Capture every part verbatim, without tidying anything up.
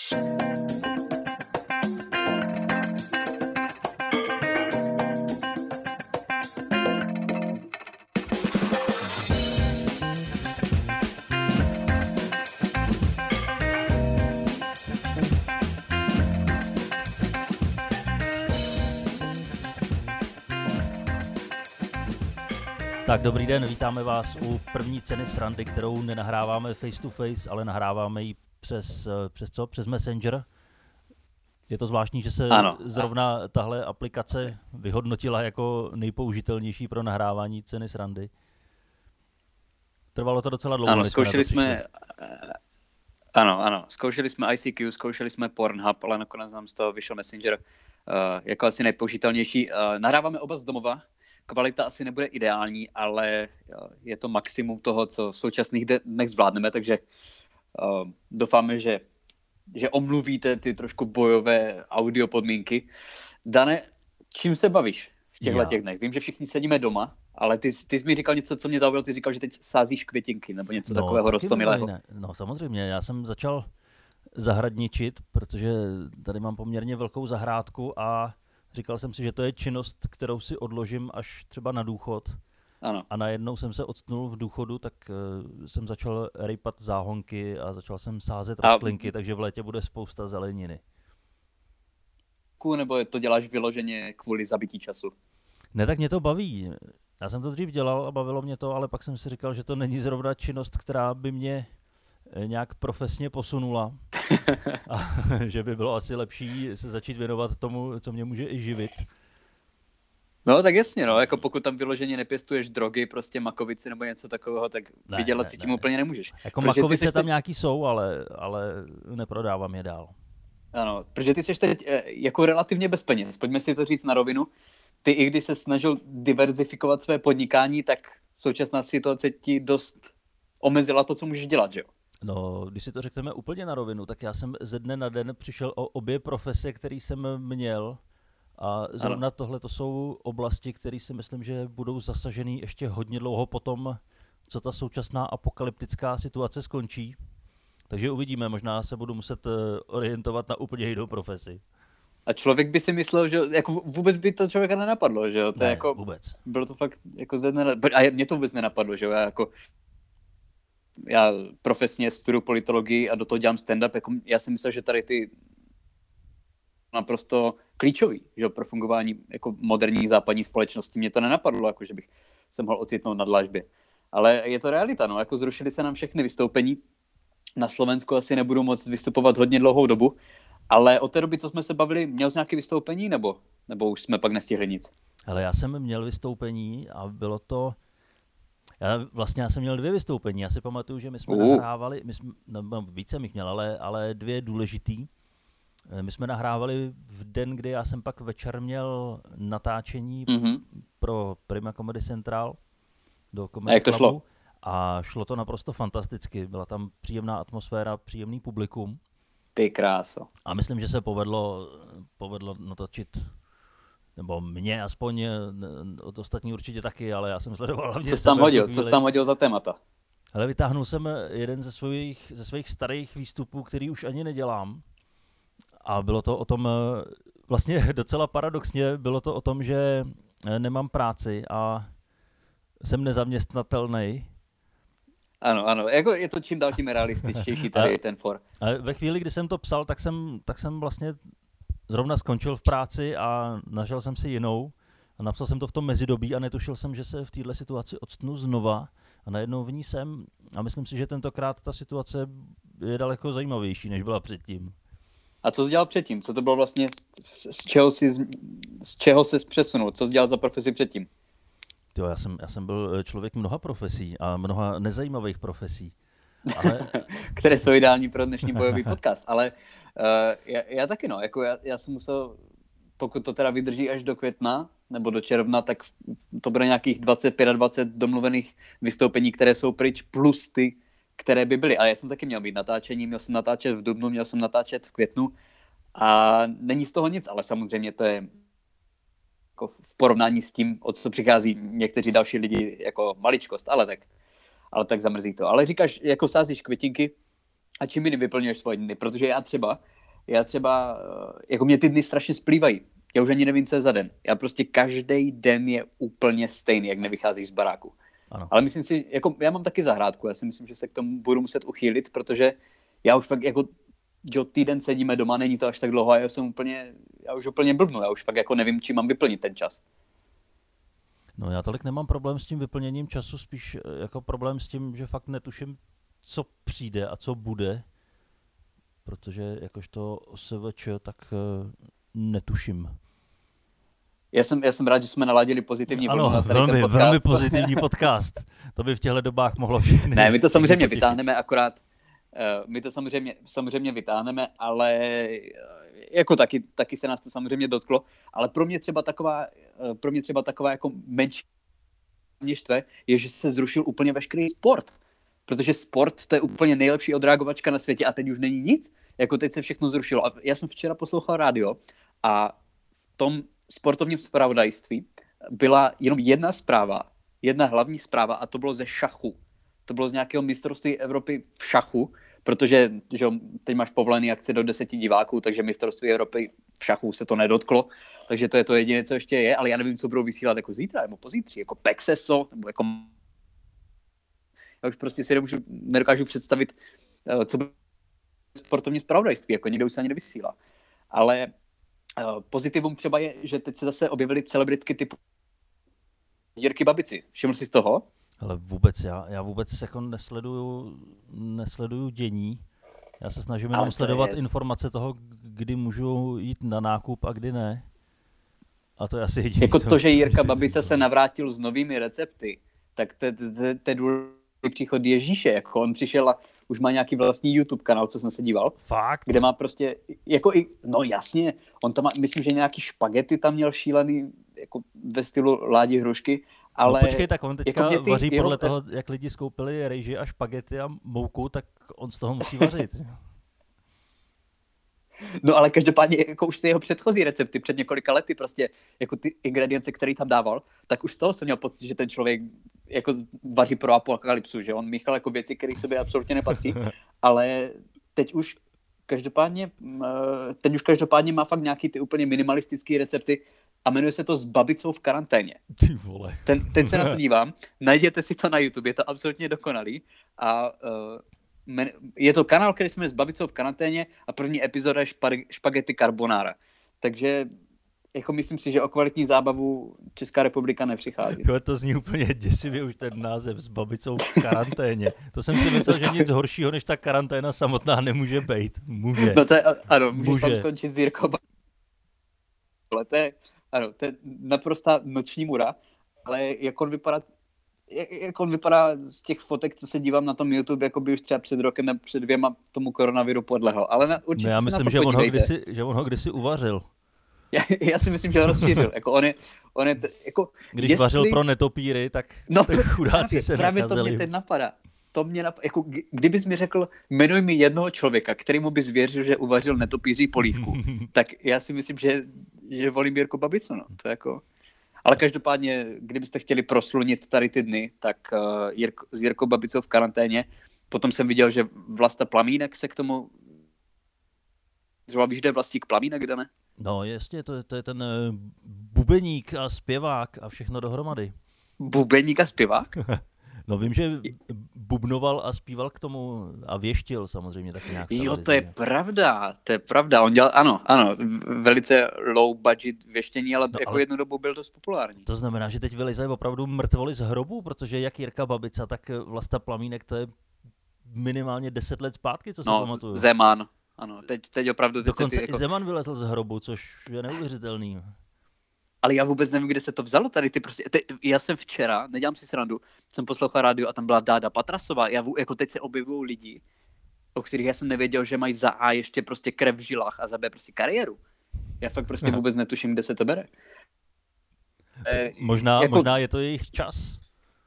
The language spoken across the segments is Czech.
Tak dobrý den, vítáme vás u první ceny srandy, kterou nenahráváme face to face, ale nahráváme ji přes, přes co? Přes Messenger. Je to zvláštní, že se ano. zrovna tahle aplikace vyhodnotila jako nejpoužitelnější pro nahrávání ceny srandy. Trvalo to docela dlouho, Ano, než zkoušeli jsme, jsme, ano, ano, zkoušeli jsme I C Q, zkoušeli jsme Pornhub, ale nakonec nám z toho vyšel Messenger uh, jako asi nejpoužitelnější. Uh, nahráváme oba z domova, kvalita asi nebude ideální, ale uh, je to maximum toho, co v současných dnech zvládneme, takže uh, doufáme, že, že omluvíte ty trošku bojové audio podmínky. Dane, čím se bavíš v těchto těch dnech? Vím, že všichni sedíme doma, ale ty, ty jsi mi říkal něco, co mě zaujalo, ty říkal, že teď sázíš květinky nebo něco no, takového roztomilého. No samozřejmě, já jsem začal zahradničit, protože tady mám poměrně velkou zahrádku a říkal jsem si, že to je činnost, kterou si odložím až třeba na důchod. Ano. A najednou jsem se odstnul v důchodu, tak uh, jsem začal rejpat záhonky a začal jsem sázet A... rostlinky, takže v létě bude spousta zeleniny. Nebo to děláš vyloženě kvůli zabití času? Ne, tak mě to baví. Já jsem to dřív dělal a bavilo mě to, ale pak jsem si říkal, že to není zrovna činnost, která by mě nějak profesně posunula. A že by bylo asi lepší se začít věnovat tomu, co mě může i živit. No tak jasně, no, jako pokud tam vyloženě nepěstuješ drogy, prostě makovici nebo něco takového, tak ne, vydělat ne, si tím ne. úplně nemůžeš. Jako protože makovice tam teď... nějaký jsou, ale, ale neprodávám je dál. Ano, protože ty jsi teď jako relativně bez peněz, pojďme si to říct na rovinu. Ty i když se snažil diverzifikovat své podnikání, tak současná situace ti dost omezila to, co můžeš dělat, že jo? No, když si to řekneme úplně na rovinu, tak já jsem ze dne na den přišel o obě profese, které jsem měl. A zrovna tohle to jsou oblasti, které si myslím, že budou zasažený ještě hodně dlouho potom, co ta současná apokalyptická situace skončí. Takže uvidíme, možná se budu muset orientovat na úplně jinou profesi. A člověk by si myslel, že jako vůbec by to člověka nenapadlo, že jo? To ne, jako, vůbec. Bylo to fakt jako ze dne na... A mě to vůbec nenapadlo, že jo? Já jako... Já profesně studuju politologii a do toho dělám stand-up. Jako, já si myslel, že tady ty naprosto klíčový, že pro fungování jako moderní západní společnosti. Mě to nenapadlo, jako že bych se mohl ocitnout na dlažbě. Ale je to realita, no, jako zrušili se nám všechny vystoupení. Na Slovensku asi nebudu moct vystupovat hodně dlouhou dobu, ale od té doby, co jsme se bavili, měl jsi nějaké vystoupení, nebo, nebo už jsme pak nestihli nic? Ale já jsem měl vystoupení a bylo to... Já, vlastně já jsem měl dvě vystoupení. Já si pamatuju, že my jsme uh. nahrávali, my jsme, no, více bych měl, ale, ale dvě důležitý. My jsme nahrávali v den, kdy já jsem pak večer měl natáčení mm-hmm. pro Prima Comedy Central do Comedy a jak to Clubu. šlo? A šlo to naprosto fantasticky. Byla tam příjemná atmosféra, příjemný publikum. Ty kráso. A myslím, že se povedlo, povedlo natočit, nebo mě aspoň, od ostatní určitě taky, ale já jsem sledoval hlavně... Co jsi tam hodil? Co jsi tam hodil za témata? Hele, vytáhnul jsem jeden ze svých, ze svých starých výstupů, který už ani nedělám. A bylo to o tom, vlastně docela paradoxně, bylo to o tom, že nemám práci a jsem nezaměstnatelný. Ano, ano, jako je to čím dál tím realističtější tady ten for. A ve chvíli, kdy jsem to psal, tak jsem, tak jsem vlastně zrovna skončil v práci a našel jsem si jinou. A napsal jsem to v tom mezidobí a netušil jsem, že se v této situaci odstnu znova. A najednou v ní jsem a myslím si, že tentokrát ta situace je daleko zajímavější, než byla předtím. A co jsi dělal předtím? Co to bylo vlastně, z čeho jsi, z čeho jsi přesunul? Co jsi dělal za profesi předtím? Jo, já jsem, já jsem byl člověk mnoha profesí a mnoha nezajímavých profesí. Ale... Které jsou ideální pro dnešní bojový podcast. Ale uh, já, já taky no, jako já, já jsem musel, pokud to teda vydrží až do května nebo do června, tak to bude nějakých dvacet dvacet pět domluvených vystoupení, které jsou pryč, plus ty, které by byly. A já jsem taky měl být natáčení, měl jsem natáčet v dubnu, měl jsem natáčet v květnu a není z toho nic, ale samozřejmě to je jako v porovnání s tím, o co přichází někteří další lidi, jako maličkost, ale tak, ale tak zamrzí to. Ale říkáš, jako sázíš květinky, A čím mi vyplňuješ svoje dny? Protože já třeba, já třeba, eh, jako mě ty dny strašně splývají. Já už ani nevím, co je za den. Já prostě každý den je úplně stejný, jak nevycházíš z baráku. Ano. Ale myslím si, jako já mám taky zahrádku, já si myslím, že se k tomu budu muset uchýlit, protože já už fakt jako, že týden sedíme doma, není to až tak dlouho a já jsem úplně, já už úplně blbnu, já už fakt jako nevím, čím mám vyplnit ten čas. No já tolik nemám problém s tím vyplněním času, spíš eh, jako problém s tím, že fakt netuším, co přijde a co bude, protože jakožto O S V Č, tak uh, netuším. Já jsem, já jsem rád, že jsme naladili pozitivní Ano, vlnu na tady velmi, ten podcast. velmi pozitivní podcast. To by v těchto dobách mohlo všechny. Ne, my to samozřejmě všechny potěšit. vytáhneme, akorát uh, my to samozřejmě, samozřejmě vytáhneme, ale uh, jako taky, taky se nás to samozřejmě dotklo, ale pro mě třeba taková, uh, pro mě třeba taková jako menší mě štve, je, že se zrušil úplně veškerý sport. Protože sport to je úplně nejlepší odreagovačka na světě a teď už není nic. Jako teď se všechno zrušilo. A já jsem včera poslouchal rádio a v tom sportovním zpravodajství byla jenom jedna zpráva, jedna hlavní zpráva a to bylo ze šachu. To bylo z nějakého mistrovství Evropy v šachu, protože že teď máš povolený akce do deseti diváků, takže mistrovství Evropy v šachu se to nedotklo, takže to je to jediné, co ještě je, ale já nevím, co budou vysílat jako zítra nebo pozítří, jako Pexeso, nebo jako já už prostě si nemůžu, nedokážu představit, co bude sportovní zpravodajství, jako nikdo už se ani nevysílá. Ale uh, pozitivum třeba je, že teď se zase objevily celebritky typu Jirky Babici. Všiml jsi z toho? Ale vůbec já, já vůbec jako nesleduju, nesleduju dění. Já se snažím jenom sledovat je... informace toho, kdy můžu jít na nákup a kdy ne. A to je asi jediný. Jako to, že Jirka Babice se navrátil s novými recepty, tak to je důležitý příchod Ježíše. Jako on přišel a už má nějaký vlastní YouTube kanál, co jsem se díval. Fakt? Kde má prostě, jako i, no jasně, on tam má, myslím, že nějaký špagety tam měl šílený, jako ve stylu Ládi Hrušky, ale... No počkej, tak on teďka jako ty, vaří jeho... podle toho, jak lidi skoupili rejži a špagety a mouku, tak on z toho musí vařit. No ale každopádně jako už ty jeho předchozí recepty před několika lety prostě jako ty ingredience, které tam dával, tak už z toho jsem měl pocit, že ten člověk jako vaří pro apokalypsu, že on míchal jako věci, které k sobě absolutně nepatří, ale teď už každopádně teď už každopádně má fakt nějaký ty úplně minimalistický recepty a jmenuje se to S babicou v karanténě. Ty vole. Ten, teď se na to dívám, najděte si to na YouTube, je to absolutně dokonalý a uh, je to kanál, který se jmenuje S babicou v karanténě a první epizoda je špag- špagety carbonara. Takže jako myslím si, že o kvalitní zábavu Česká republika nepřichází. Jo, to zní úplně děsivě už ten název S babicou v karanténě. To jsem si myslel, že nic horšího než ta karanténa samotná nemůže být. Může. No to je, ano, můžeš Může. tam skončit s Jirkou. Ale to je, ano, to je naprostá noční mura, ale jak on vypadá jak on vypadá z těch fotek, co se dívám na tom YouTube, jako by už třeba před rokem nebo před dvěma tomu koronaviru podlehl. Ale na, určitě no já se myslím, na to že on, ho podívejte. kdysi, že on ho kdysi uvařil. Já, já si myslím, že ho rozšířil. Jako on je, on je t- jako, Když jestli... vařil pro netopíry, tak, no, tak chudáci právě, se právě nakazili. to mě teď napadá. To mě nap... jako, kdybys mi řekl, jmenuj mi jednoho člověka, kterýmu bys věřil, že uvařil netopíří polívku, tak já si myslím, že, že volím Jirku Babicu. No. To jako... Ale každopádně, kdybyste chtěli proslunit tady ty dny, tak uh, Jirko, s Jirkou Babicou v karanténě. Potom jsem viděl, že Vlasta Plamínek se k tomu... Třeba víš, kde je Vlastík Plamínek, kde ne? No jasně, to je, to je ten uh, bubeník a zpěvák a všechno dohromady. Bubeník a zpěvák? No vím, že bubnoval a zpíval k tomu a věštil samozřejmě taky nějak. Jo, to je pravda, to je pravda. On dělal, ano, ano, velice low budget věštění, ale no, jako ale jednu dobu byl dost populární. To znamená, že teď vylizají opravdu mrtvoli z hrobu, protože jak Jirka Babica, tak Vlasta Plamínek, to je minimálně deset let zpátky, co si no, pamatuju. Zeman, ano, teď, teď opravdu... Teď Dokonce ty, i jako... Zeman vylezl z hrobu, což je neuvěřitelný. Ale já vůbec nevím, kde se to vzalo tady. Ty prostě, te, já jsem včera, nedělám si srandu, jsem poslouchal rádio a tam byla Dáda Patrasová. Já jako teď se objevují lidi, o kterých já jsem nevěděl, že mají za A ještě prostě krev v žilách a za B prostě kariéru. Já fakt prostě Aha. vůbec netuším, kde se to bere. E, možná, jako, možná je to jejich čas.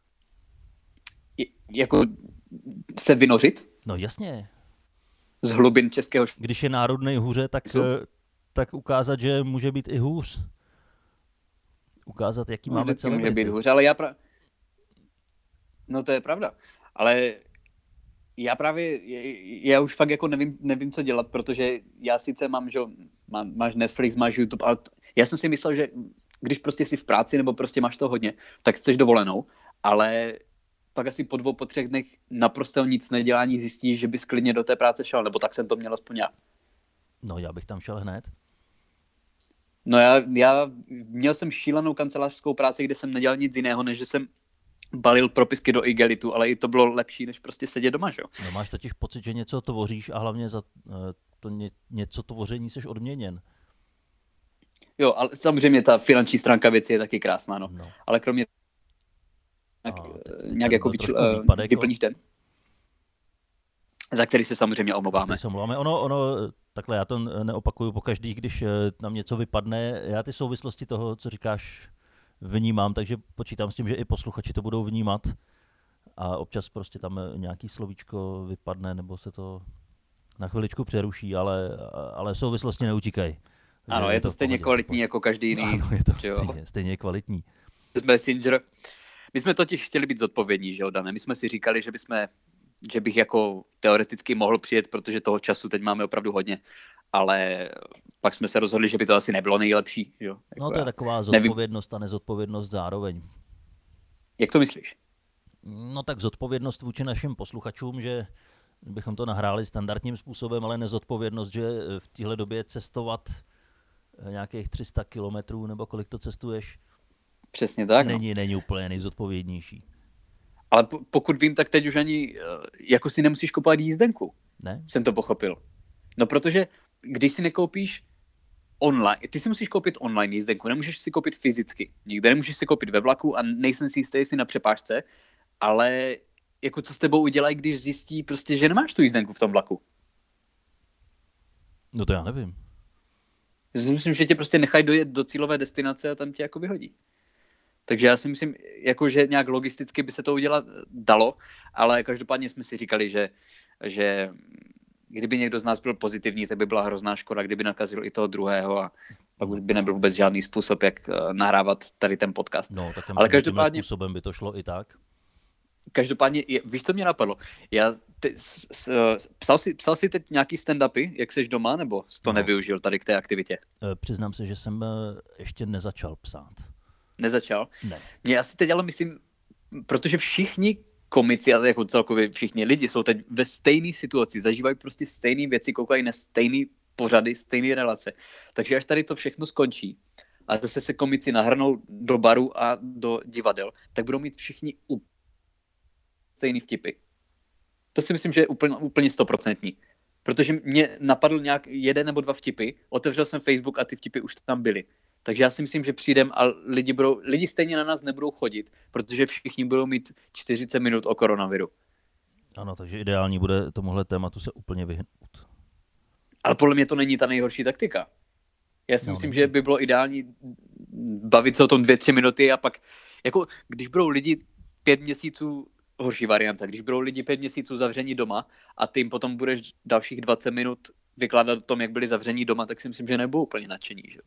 Je, jako se vynořit? No jasně. Z hlubin českého... Když je národ nejhůře, tak, tak ukázat, že může být i hůř. Ukázat, jaký no, máme celebrity. Může být hůř, ale já pra... No to je pravda. Ale Já právě, já už fakt jako nevím, nevím, co dělat, protože já sice mám, že má, máš Netflix, máš YouTube, ale t- já jsem si myslel, že když prostě jsi v práci nebo prostě máš to hodně, tak chceš dovolenou, ale pak asi po dvou, po třech dnech naprosto nic nedělání zjistíš, že bys klidně do té práce šel, nebo tak jsem to měl aspoň já. No, já bych tam šel hned. No já, já měl jsem šílenou kancelářskou práci, kde jsem nedělal nic jiného, než že jsem balil propisky do igelitu, ale i to bylo lepší, než prostě sedět doma, že jo? No, máš totiž pocit, že něco tvoříš a hlavně za eh, to ně, něco tvoření jsi odměněn. Jo, ale samozřejmě ta finanční stránka věci je taky krásná, no. No. Ale kromě A nějak, teď, nějak teď jako byl vyčl, trošku uh, výpadek, vyplníš den, za který se samozřejmě omlouváme. Teď se omlouváme. Ono, ono, takhle já to neopakuju po každý, když eh, nám něco vypadne. Já ty souvislosti toho, co říkáš, vnímám, takže počítám s tím, že i posluchači to budou vnímat. A občas prostě tam nějaký slovíčko vypadne, nebo se to na chviličku přeruší, ale, ale souvislosti neutíkají. Ano, je, je to, to stejně kvalitní jako každý jiný. Ano, je to stejně, stejně kvalitní. Messenger. My jsme totiž chtěli být zodpovědní, že jo, Dane? My jsme si říkali, že bychom, že bych jako teoreticky mohl přijet, protože toho času teď máme opravdu hodně, ale pak jsme se rozhodli, že by to asi nebylo nejlepší, že jo? Jako no to je taková zodpovědnost nevím. A nezodpovědnost zároveň. Jak to myslíš? No tak zodpovědnost vůči našim posluchačům, že bychom to nahráli standardním způsobem, ale nezodpovědnost, že v téhle době cestovat nějakých tři sta kilometrů, nebo kolik to cestuješ, přesně tak, není, no. není úplně nejzodpovědnější. Ale po, pokud vím, tak teď už ani jako si nemusíš kupovat jízdenku. Ne? Jsem to pochopil. No protože když si nekoupíš online, ty si musíš koupit online jízdenku, nemůžeš si koupit fyzicky. Nikde nemůžeš si koupit ve vlaku a nejsem si jistý, jestli na přepážce, ale jako co s tebou udělají, když zjistí prostě, že nemáš tu jízdenku v tom vlaku? No to já nevím. Myslím, že tě prostě nechají dojet do cílové destinace a tam tě jako vyhodí. Takže já si myslím, jako, že nějak logisticky by se to udělat dalo, ale každopádně jsme si říkali, že, že kdyby někdo z nás byl pozitivní, tak by byla hrozná škoda, kdyby nakazil i toho druhého a pak by nebyl vůbec žádný způsob, jak nahrávat tady ten podcast. No, tak ale každopádně způsobem by to šlo i tak. Každopádně, víš, co mě napadlo? Já te, s, s, psal, si, psal si teď nějaký stand-upy, jak seš doma, nebo jsi to no. nevyužil tady k té aktivitě? E, přiznám se, že jsem ještě nezačal psát. Nezačal? Ne. Já si teď ale myslím, protože všichni komici, a jako celkově všichni lidi jsou teď ve stejné situaci, zažívají prostě stejné věci, koukají na stejné pořady, stejné relace. Takže až tady to všechno skončí a zase se komici nahrnou do baru a do divadel, tak budou mít všichni úplně stejný vtipy. To si myslím, že je úplně, úplně stoprocentní. Protože mě napadl nějak jeden nebo dva vtipy, otevřel jsem Facebook a ty vtipy už tam byly. Takže já si myslím, že přijdem a lidi, budou, lidi stejně na nás nebudou chodit, protože všichni budou mít čtyřicet minut o koronaviru. Ano, takže ideální bude tomuhle tématu se úplně vyhnout. Ale podle mě to není ta nejhorší taktika. Já si no, myslím, není. Že by bylo ideální bavit se o tom dvě, tři minuty a pak, jako když budou lidi pět měsíců, horší varianta, když budou lidi pět měsíců zavření doma a ty jim potom budeš dalších dvacet minut vykládat o tom, jak byli zavření doma, tak si myslím, že nebudou úplně nadšení, že?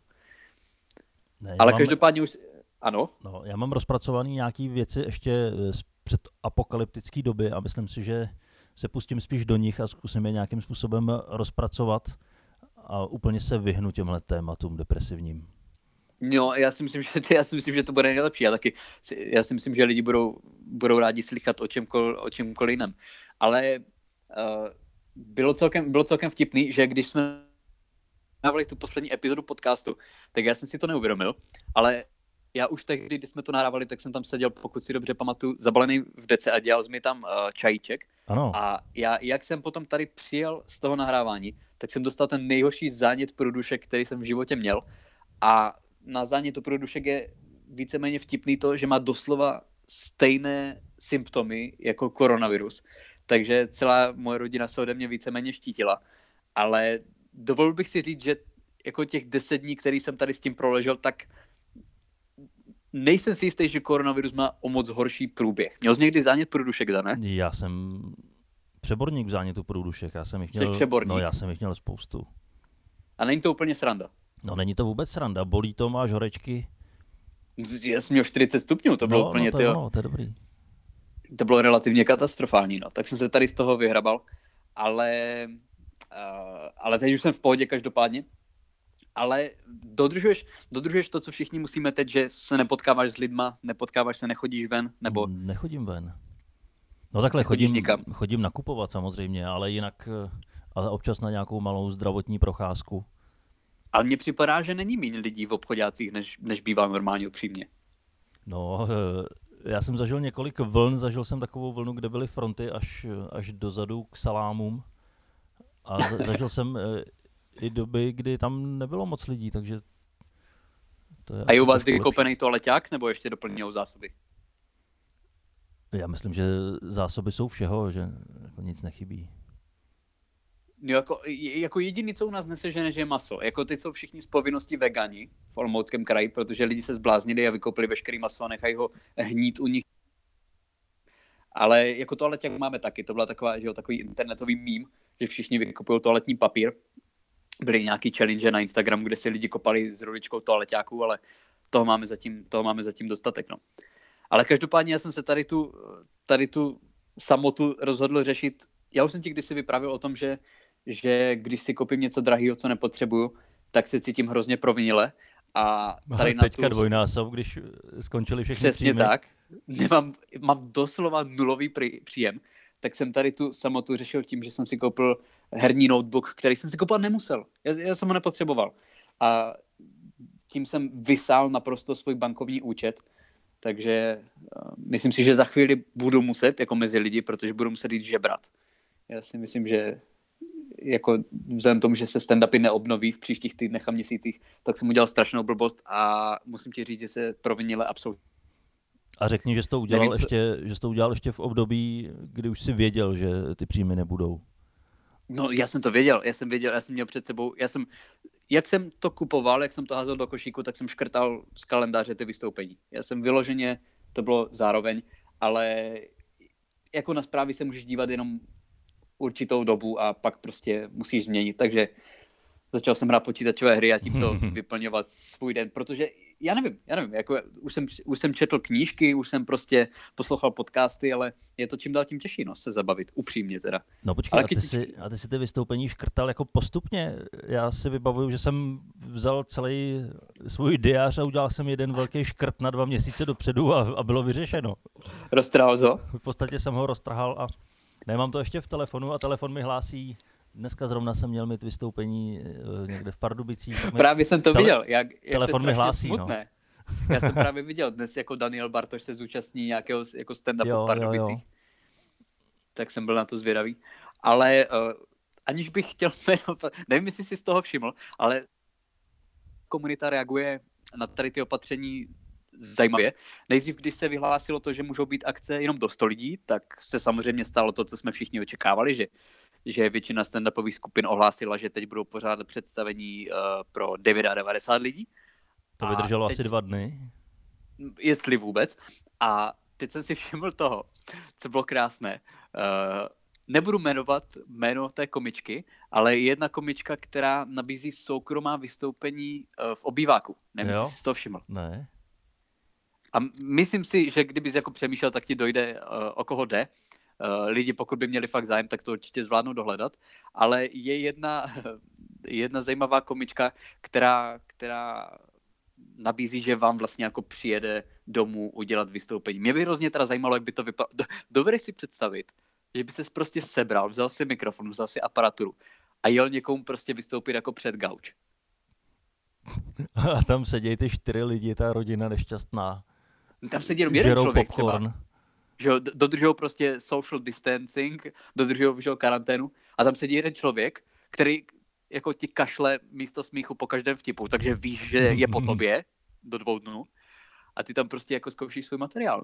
Ne, ale mám, každopádně už... Ano? No, já mám rozpracovaný nějaký věci ještě z předapokalyptické doby a myslím si, že se pustím spíš do nich a zkusím je nějakým způsobem rozpracovat a úplně se vyhnu těmhle tématům depresivním. No, já si myslím, že to, já si myslím, že to bude nejlepší. Já taky, já si myslím, že lidi budou, budou rádi slychat o čemkoliv, o čemkoliv jiném. Ale uh, bylo celkem, bylo celkem vtipný, že když jsme nahrávali tu poslední epizodu podcastu, tak já jsem si to neuvědomil, ale já už tehdy, když jsme to nahrávali, tak jsem tam seděl, pokud si dobře pamatuju, zabalený v dece a dělal jsem mi tam uh, čajíček. Ano. A já, jak jsem potom tady přijel z toho nahrávání, tak jsem dostal ten nejhorší zánět průdušek, který jsem v životě měl. A na zánětu průdušek je víceméně vtipný to, že má doslova stejné symptomy jako koronavirus. Takže celá moje rodina se ode mě víceméně štítila. Ale dovolil bych si říct, že jako těch deset dní, který jsem tady s tím proležel, tak nejsem si jistý, že koronavirus má o moc horší průběh. Měl jsi někdy zánět průdušek, Dane? Já jsem přeborník v zánětu průdušek. Já jsem jich měl, Jsi přeborník? No, já jsem jich měl spoustu. A není to úplně sranda? No, není to vůbec sranda. Bolí to, máš horečky. Já jsem měl čtyřicet stupňů, to bylo no, úplně... no, to, je, no, to je dobrý. To bylo relativně katastrofální, no. Tak jsem se tady z toho vyhrabal, ale, uh, ale teď už jsem v pohodě každopádně. Ale dodržuješ, dodržuješ to, co všichni musíme teď, že se nepotkáváš s lidma, nepotkáváš se, nechodíš ven, nebo... Nechodím ven. No takhle chodím, chodím nakupovat samozřejmě, ale jinak ale občas na nějakou malou zdravotní procházku. Ale mně připadá, že není méně lidí v obchodácích, než, než bývá normálně upřímně. No, já jsem zažil několik vln, zažil jsem takovou vlnu, kde byly fronty až, až dozadu k salámům. A zažil jsem i doby, kdy tam nebylo moc lidí, takže... To je a je u vás vykoupený toaleťák, nebo ještě doplňují zásoby? Já myslím, že zásoby jsou všeho, že jako nic nechybí. No jako, jako jediný, co u nás nesežene, že je maso. Jako teď jsou všichni z povinnosti vegani v Olomouckém kraji, protože lidi se zbláznili a vykoupili veškerý maso a nechají ho hnít u nich. Ale jako toaleťák máme taky. To byla taková, že jo, takový internetový mím, že všichni vykupují toaletní papír. Byly nějaký challenge na Instagramu, kde si lidi kopali s ruličkou toaleťáků, ale toho máme zatím, toho máme zatím dostatek. No. Ale každopádně já jsem se tady tu, tady tu samotu rozhodl řešit. Já už jsem ti kdysi vyprávěl o tom, že, že když si koupím něco drahého, co nepotřebuju, tak se cítím hrozně provinile. A tady na teďka tu... dvojnásob, když skončili všechny Přesně příjmy. tak. Nemám, mám doslova nulový příjem. Tak jsem tady tu samotu řešil tím, že jsem si koupil herní notebook, který jsem si koupit nemusel. Já, já jsem ho nepotřeboval. A tím jsem vysál naprosto svůj bankovní účet. Takže uh, myslím si, že za chvíli budu muset, jako mezi lidi, protože budu muset jít žebrat. Já si myslím, že jako vzhledem tomu, že se stand-upy neobnoví v příštích týdnech a měsících, tak jsem udělal strašnou blbost a musím ti říct, že se provinile absolutně. A řekni, že jsi to udělal, Nevím, ještě, že jsi to udělal ještě v období, kdy už si věděl, že ty příjmy nebudou. No, já jsem to věděl, já jsem věděl, já jsem měl před sebou, já jsem, jak jsem to kupoval, jak jsem to házel do košíku, tak jsem škrtal z kalendáře ty vystoupení. Já jsem vyloženě, to bylo zároveň, ale jako na zprávy se můžeš dívat jenom určitou dobu a pak prostě musíš změnit, takže začal jsem hrát počítačové hry a tímto vyplňovat svůj den, protože já nevím, já nevím, jako už jsem, už jsem četl knížky, už jsem prostě poslouchal podcasty, ale je to čím dál tím těžší, no, se zabavit, upřímně teda. No počkej, a ty, ti... si, a ty si ty vystoupení škrtal jako postupně? Já si vybavuju, že jsem vzal celý svůj diář a udělal jsem jeden velký škrt na dva měsíce dopředu a, a bylo vyřešeno. Roztrhal ho? V podstatě jsem ho roztrhal a nemám to ještě v telefonu a telefon mi hlásí, dneska zrovna jsem měl mít vystoupení někde v Pardubicích. Právě jsem to tele- viděl, jak, jak telefon to mi hlásí, smutné. No. Já jsem právě viděl dnes, jako Daniel Bartoš se zúčastní nějakého jako stand-upu v Pardubicích. Jo, jo. Tak jsem byl na to zvědavý. Ale uh, aniž bych chtěl jmenovat, nevím, jestli jsi z toho všiml, ale komunita reaguje na tady ty opatření zajímavě. Nejdřív, když se vyhlásilo to, že můžou být akce jenom do sto lidí, tak se samozřejmě stalo to, co jsme všichni očekávali, že že většina stand-upových skupin ohlásila, že teď budou pořádat představení uh, pro devadesát devět lidí. To vydrželo teď, asi dva dny. Jestli vůbec. A teď jsem si všiml toho, co bylo krásné. Uh, nebudu jmenovat jméno té komičky, ale jedna komička, která nabízí soukromá vystoupení uh, v obýváku. Nevím, jestli jsi si to všiml. Ne. A myslím si, že kdybys jako přemýšlel, tak ti dojde, uh, o koho jde. Uh, lidi, pokud by měli fakt zájem, tak to určitě zvládnou dohledat. Ale je jedna, jedna zajímavá komička, která, která nabízí, že vám vlastně jako přijede domů udělat vystoupení. Mě by hrozně teda zajímalo, jak by to vypadalo. Do, dovedeš si představit, že by ses prostě sebral, vzal si mikrofon, vzal si aparaturu a jel někomu prostě vystoupit jako před gauč. A tam sedějí ty čtyři lidi, ta rodina nešťastná. Tam sedí jenom jeden člověk popcorn. třeba. Že dodržují prostě social distancing, dodržují karanténu a tam sedí jeden člověk, který jako ti kašle místo smíchu po každém vtipu, takže víš, že je po tobě do dvou dnů a ty tam prostě jako zkoušíš svůj materiál.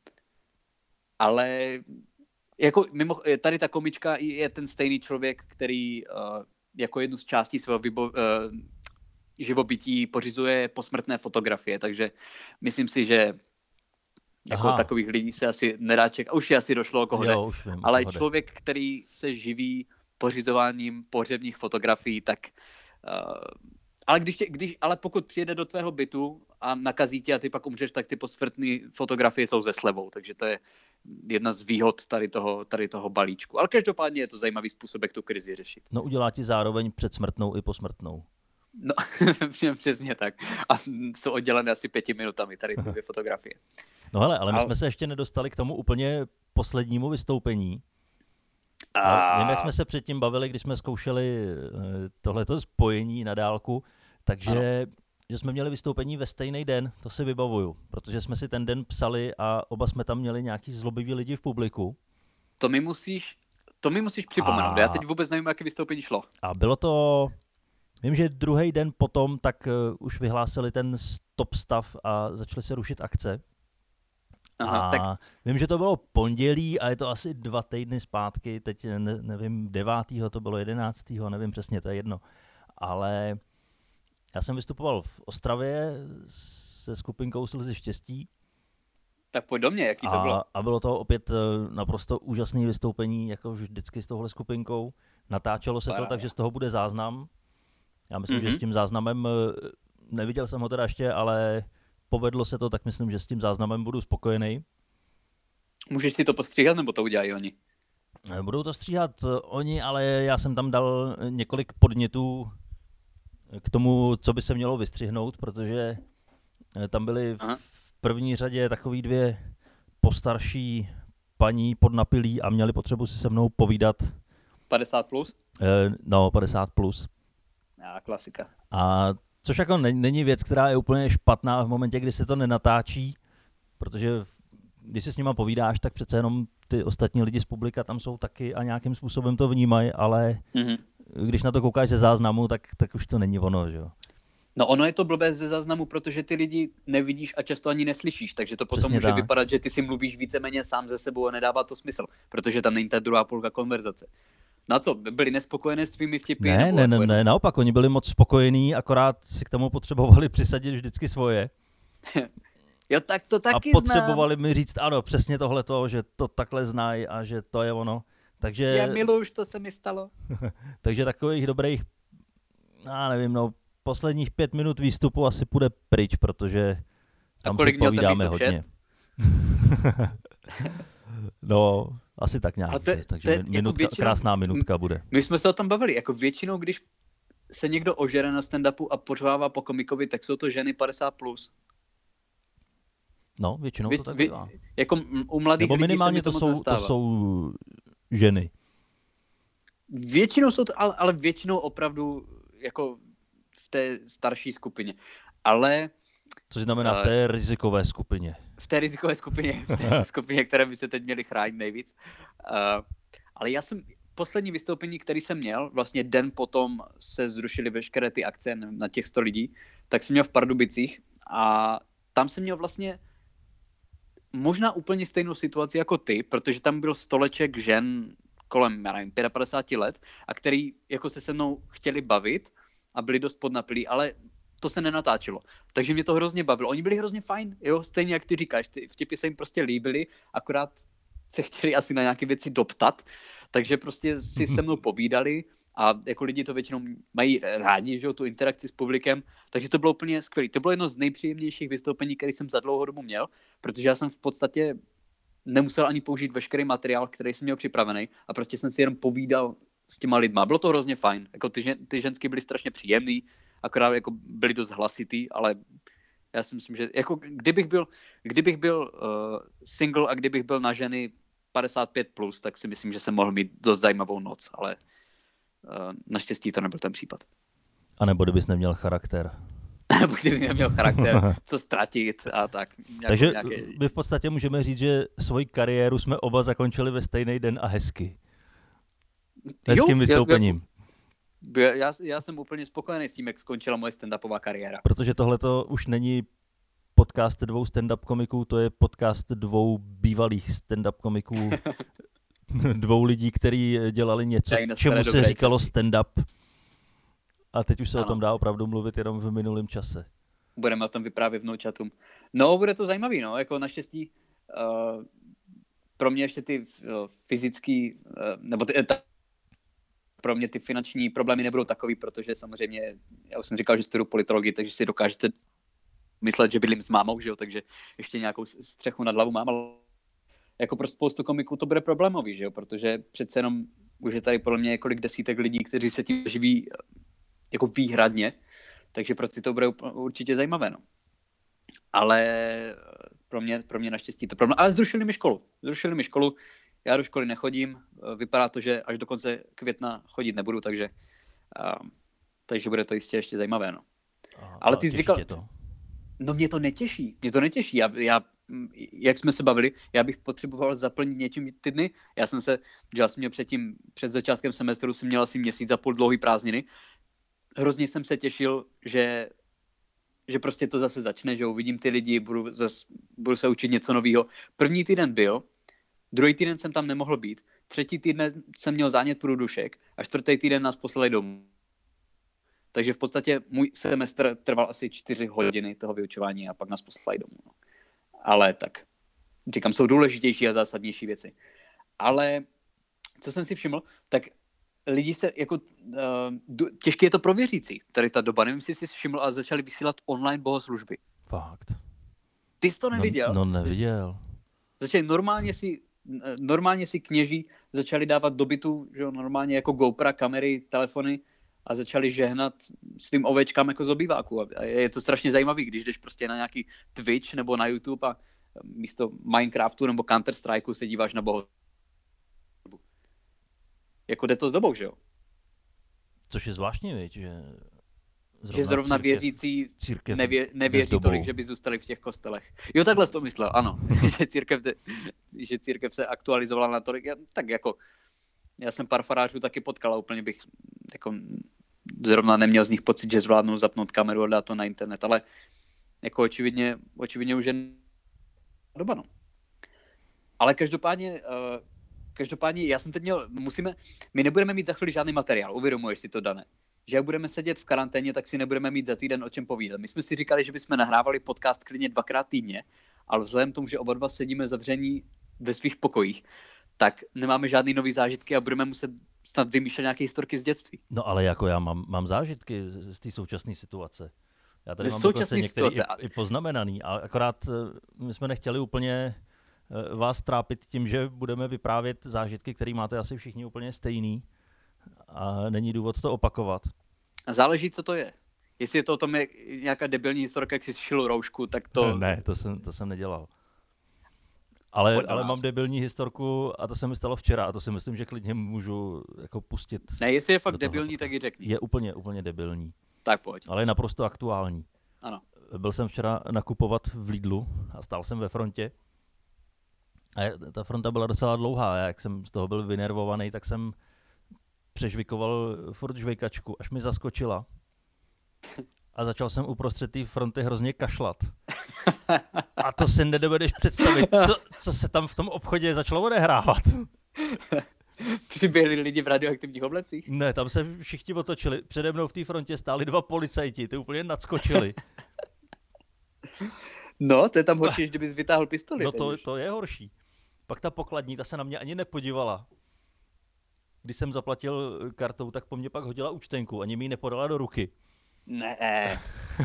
Ale jako mimo, tady ta komička je ten stejný člověk, který uh, jako jednu z částí svého vybo, uh, živobytí pořizuje posmrtné fotografie, takže myslím si, že jako Aha. takových lidí se asi nedá čekat. Už je asi došlo o koho jde. Ale člověk, který se živí pořizováním pohřebních fotografií, tak uh, ale, když tě, když, ale pokud přijede do tvého bytu a nakazí tě a ty pak umřeš, tak ty posmrtné fotografie jsou ze slevou, takže to je jedna z výhod tady toho, tady toho balíčku. Ale každopádně je to zajímavý způsob, jak tu krizi řešit. No udělá ti zároveň předsmrtnou i posmrtnou. No, přesně tak. A jsou oddělené asi pěti minutami tady ty dvě fotografie. No hele, ale my A- jsme se ještě nedostali k tomu úplně poslednímu vystoupení. A... A vím, jak jsme se předtím bavili, když jsme zkoušeli eh, tohleto spojení na dálku, takže že jsme měli vystoupení ve stejný den, to si vybavuju, protože jsme si ten den psali a oba jsme tam měli nějaký zlobivý lidi v publiku. To mi musíš, to mi musíš připomenout. A- Já teď vůbec nevím, jaké vystoupení šlo. A bylo to, vím, že druhý den potom tak uh, už vyhlásili ten stop stav a začaly se rušit akce. Aha, a tak vím, že to bylo pondělí a je to asi dva týdny zpátky, teď ne, nevím, devátého to bylo jedenáctého nevím přesně, to je jedno. Ale já jsem vystupoval v Ostravě se skupinkou Slzy štěstí Tak pojď do mě, jaký to bylo. a, a bylo to opět eh, naprosto úžasné vystoupení, jako vždycky s touhle skupinkou. Natáčelo se to Paráda. tak, že z toho bude záznam. Já myslím, Mhm. že s tím záznamem, eh, neviděl jsem ho teda ještě, ale povedlo se to, tak myslím, že s tím záznamem budu spokojený. Můžeš si to postříhat, nebo to udělají oni? Eh, Budou to stříhat eh, oni, ale já jsem tam dal eh, několik podnětů eh, k tomu, co by se mělo vystřihnout, protože eh, tam byly Aha. v první řadě takový dvě postarší paní podnapilí a měli potřebu si se mnou povídat, padesát plus? eh, no padesát plus. Já, klasika. A což jako ne- není věc, která je úplně špatná v momentě, kdy se to nenatáčí, protože když si s nima povídáš, tak přece jenom ty ostatní lidi z publika tam jsou taky a nějakým způsobem to vnímají, ale Mhm. když na to koukáš ze záznamu, tak, tak už to není ono, že jo. No ono je to blbé ze záznamu, protože ty lidi nevidíš a často ani neslyšíš, takže to potom Přesně může tak. vypadat, že ty si mluvíš víceméně sám ze sebou a nedává to smysl, protože tam není ta druhá půlka konverzace. Na co? Byli nespokojené s tvými vtipy? Ne, nebo ne, jako ne, jenom- ne, naopak, oni byli moc spokojení, akorát si k tomu potřebovali přisadit vždycky svoje Jo, tak to a taky potřebovali mi říct, ano, přesně tohleto, že to takhle znají a že to je ono. Takže, znám. Já miluji, to se mi stalo. takže takových dobrých, já nevím, no, posledních pět minut výstupu asi půjde pryč, protože tam si kolik měl ten povídáme výstup, hodně. šest? No, asi tak nějak, Ale to je- šest, takže to je min- jako minutka, většinou- krásná minutka bude. My jsme se o tom bavili, jako většinou, když se někdo ožere na stand-upu a pořvává po komikovi, tak jsou to ženy padesát plus. No, většinou Vě, to tak vě, bývá. jako m- u mladých Nebo lidí se minimálně mi to to, moc jsou, to nestává. jsou ženy. Většinou jsou to, ale, ale většinou opravdu jako v té starší skupině. Ale Což znamená v Eh, té rizikové skupině. v té rizikové skupině, v té skupině, které by se teď měly chránit nejvíc. Uh, ale já jsem, poslední vystoupení, který jsem měl, vlastně den potom se zrušily veškeré ty akce na těch sto lidí, tak jsem měl v Pardubicích a tam jsem měl vlastně možná úplně stejnou situaci jako ty, protože tam byl stoleček žen kolem, já nevím, padesát pět let a který jako se se mnou chtěli bavit a byli dost podnapilí, ale to se nenatáčelo. Takže mě to hrozně bavilo. Oni byli hrozně fajn, jo, stejně jak ty říkáš, ty vtipy se jim prostě líbily, akorát se chtěli asi na nějaké věci doptat, takže prostě si se mnou povídali a jako lidi to většinou mají rádi, že jo, tu interakci s publikem, takže to bylo úplně skvělé. To bylo jedno z nejpříjemnějších vystoupení, který jsem za dlouhou dobu měl, protože já jsem v podstatě nemusel ani použít veškerý materiál, který jsem měl připravený a prostě jsem si jenom povídal s těma lidma. Bylo to hrozně fajn. Jako ty, žen, ty ženský byly strašně příjemný, akorát jako byly dost hlasitý, ale já si myslím, že jako kdybych byl, kdybych byl uh, single a kdybych byl na ženy padesát pět plus, tak si myslím, že jsem mohl mít dost zajímavou noc, ale uh, naštěstí to nebyl ten případ. A nebo kdybys neměl charakter. Nebo kdybych neměl charakter, co ztratit a tak. Nějakou, Takže nějaké... my v podstatě můžeme říct, že svoji kariéru jsme oba zakončili ve stejný den a hezky. Hezkým Jo, vystoupením. Já, já, já jsem úplně spokojený s tím, jak skončila moje stand-upová kariéra. Protože tohle to už není podcast dvou stand-up komiků, to je podcast dvou bývalých stand-up komiků, dvou lidí, kteří dělali něco, Dají na čemu staré se dobré říkalo časy. stand-up. A teď už se Ano. o tom dá opravdu mluvit jenom v minulém čase. Budeme o tom vyprávět vnoučatům. No, bude to zajímavý, no, jako naštěstí uh, pro mě ještě ty uh, fyzický, uh, nebo ty, ta, pro mě ty finanční problémy nebudou takový, protože samozřejmě, já už jsem říkal, že studuju politologii, takže si dokážete myslet, že bydlím s mámou, že jo, takže ještě nějakou střechu nad hlavu mám, ale jako pro spoustu komiků to bude problémový, že jo? Protože přece jenom už je tady podle mě několik desítek lidí, kteří se tím živí jako výhradně, takže pro ty to bude určitě zajímavé, no. Ale pro mě, pro mě naštěstí to problém. Ale zrušili mi školu. Zrušili mi školu, já do školy nechodím, vypadá to, že až do konce května chodit nebudu, takže, uh, takže bude to jistě ještě zajímavé, no. Aha, ale ty jsi říkal, to? No mě to netěší, mě to netěší, já, já, jak jsme se bavili, já bych potřeboval zaplnit něčím ty dny, já jsem se, dělal jsem měl předtím, před začátkem semestru jsem měl asi měsíc a půl dlouhý prázdniny, hrozně jsem se těšil, že, že prostě to zase začne, že uvidím ty lidi, budu, zas, budu se učit něco nového. První týden byl, druhý týden jsem tam nemohl být, třetí týden jsem měl zánět průdušek a čtvrtý týden nás poslali domů. Takže v podstatě můj semestr trval asi čtyři hodiny toho vyučování a pak nás poslali domů. No. Ale tak, říkám, jsou důležitější a zásadnější věci. Ale co jsem si všiml, tak lidi se, jako, uh, těžké je to pro věřící, tady ta doba. Nevím, jestli jsi všiml, ale začali vysílat online bohoslužby. Fakt. Ty jsi to neviděl? No, no neviděl. Začali normálně si, normálně si kněží začali dávat do bytu, že jo, normálně jako GoPro, kamery, telefony, a začali žehnat svým ovečkám jako z obýváku. A je to strašně zajímavý, když jdeš prostě na nějaký Twitch nebo na YouTube a místo Minecraftu nebo Counter-Strikeu se díváš na bohu. Jako jde to s dobou, že jo? Což je zvláštní, věď, že zrovna, že zrovna církev, věřící církev nevě, nevěří tolik, že by zůstali v těch kostelech. Jo, takhle jsi to myslel, ano. že, církev, že církev se aktualizovala na tolik. Tak jako já jsem pár farářů taky potkal a úplně bych jako zrovna neměl z nich pocit, že zvládnou zapnout kameru a dát to na internet, ale jako očividně, očividně už je doba, no. Ale každopádně, uh, každopádně já jsem teď měl, musíme, my nebudeme mít za chvíli žádný materiál, uvědomuješ si to, Dane? Že jak budeme sedět v karanténě, tak si nebudeme mít za týden o čem povídat. My jsme si říkali, že bychom nahrávali podcast klidně dvakrát týdně, ale vzhledem k tomu, že oba dva sedíme zavření ve svých pokojích, tak nemáme žádný nový zážitky a budeme muset snad vymýšlet nějaké historky z dětství. No ale jako já mám, mám zážitky z, z té současné situace. Já tady Ze mám dokonce některý situace. i, i poznamenaný, a akorát my jsme nechtěli úplně vás trápit tím, že budeme vyprávět zážitky, které máte asi všichni úplně stejný a není důvod to opakovat. Záleží, co to je. Jestli je to o tom je nějaká debilní historka, jak jsi šil roušku, tak to... Ne, to jsem, to jsem nedělal. Ale, ale mám debilní historku a to se mi stalo včera a to si myslím, že klidně můžu jako pustit. Ne, jestli je fakt debilní, tak ji řekni. Je úplně, úplně debilní. Tak pojď. Ale je naprosto aktuální. Ano. Byl jsem včera nakupovat v Lidlu a stál jsem ve frontě. A ta fronta byla docela dlouhá. Já, jak jsem z toho byl vynervovaný, tak jsem přežvikoval furt žvejkačku, až mi zaskočila. A začal jsem uprostřed té fronty hrozně kašlat. A to si nedovedeš představit, co, co se tam v tom obchodě začalo odehrávat. Přiběhli lidi v radioaktivních oblecích? Ne, tam se všichni otočili. Přede mnou v té frontě stáli dva policajti, ty úplně nadskočili. No, to je tam horší, než kdybys vytáhl pistoli. No to, to je horší. Pak ta pokladní, ta se na mě ani nepodívala. Když jsem zaplatil kartou, tak po mně pak hodila účtenku, ani mi ji nepodala do ruky. Ne.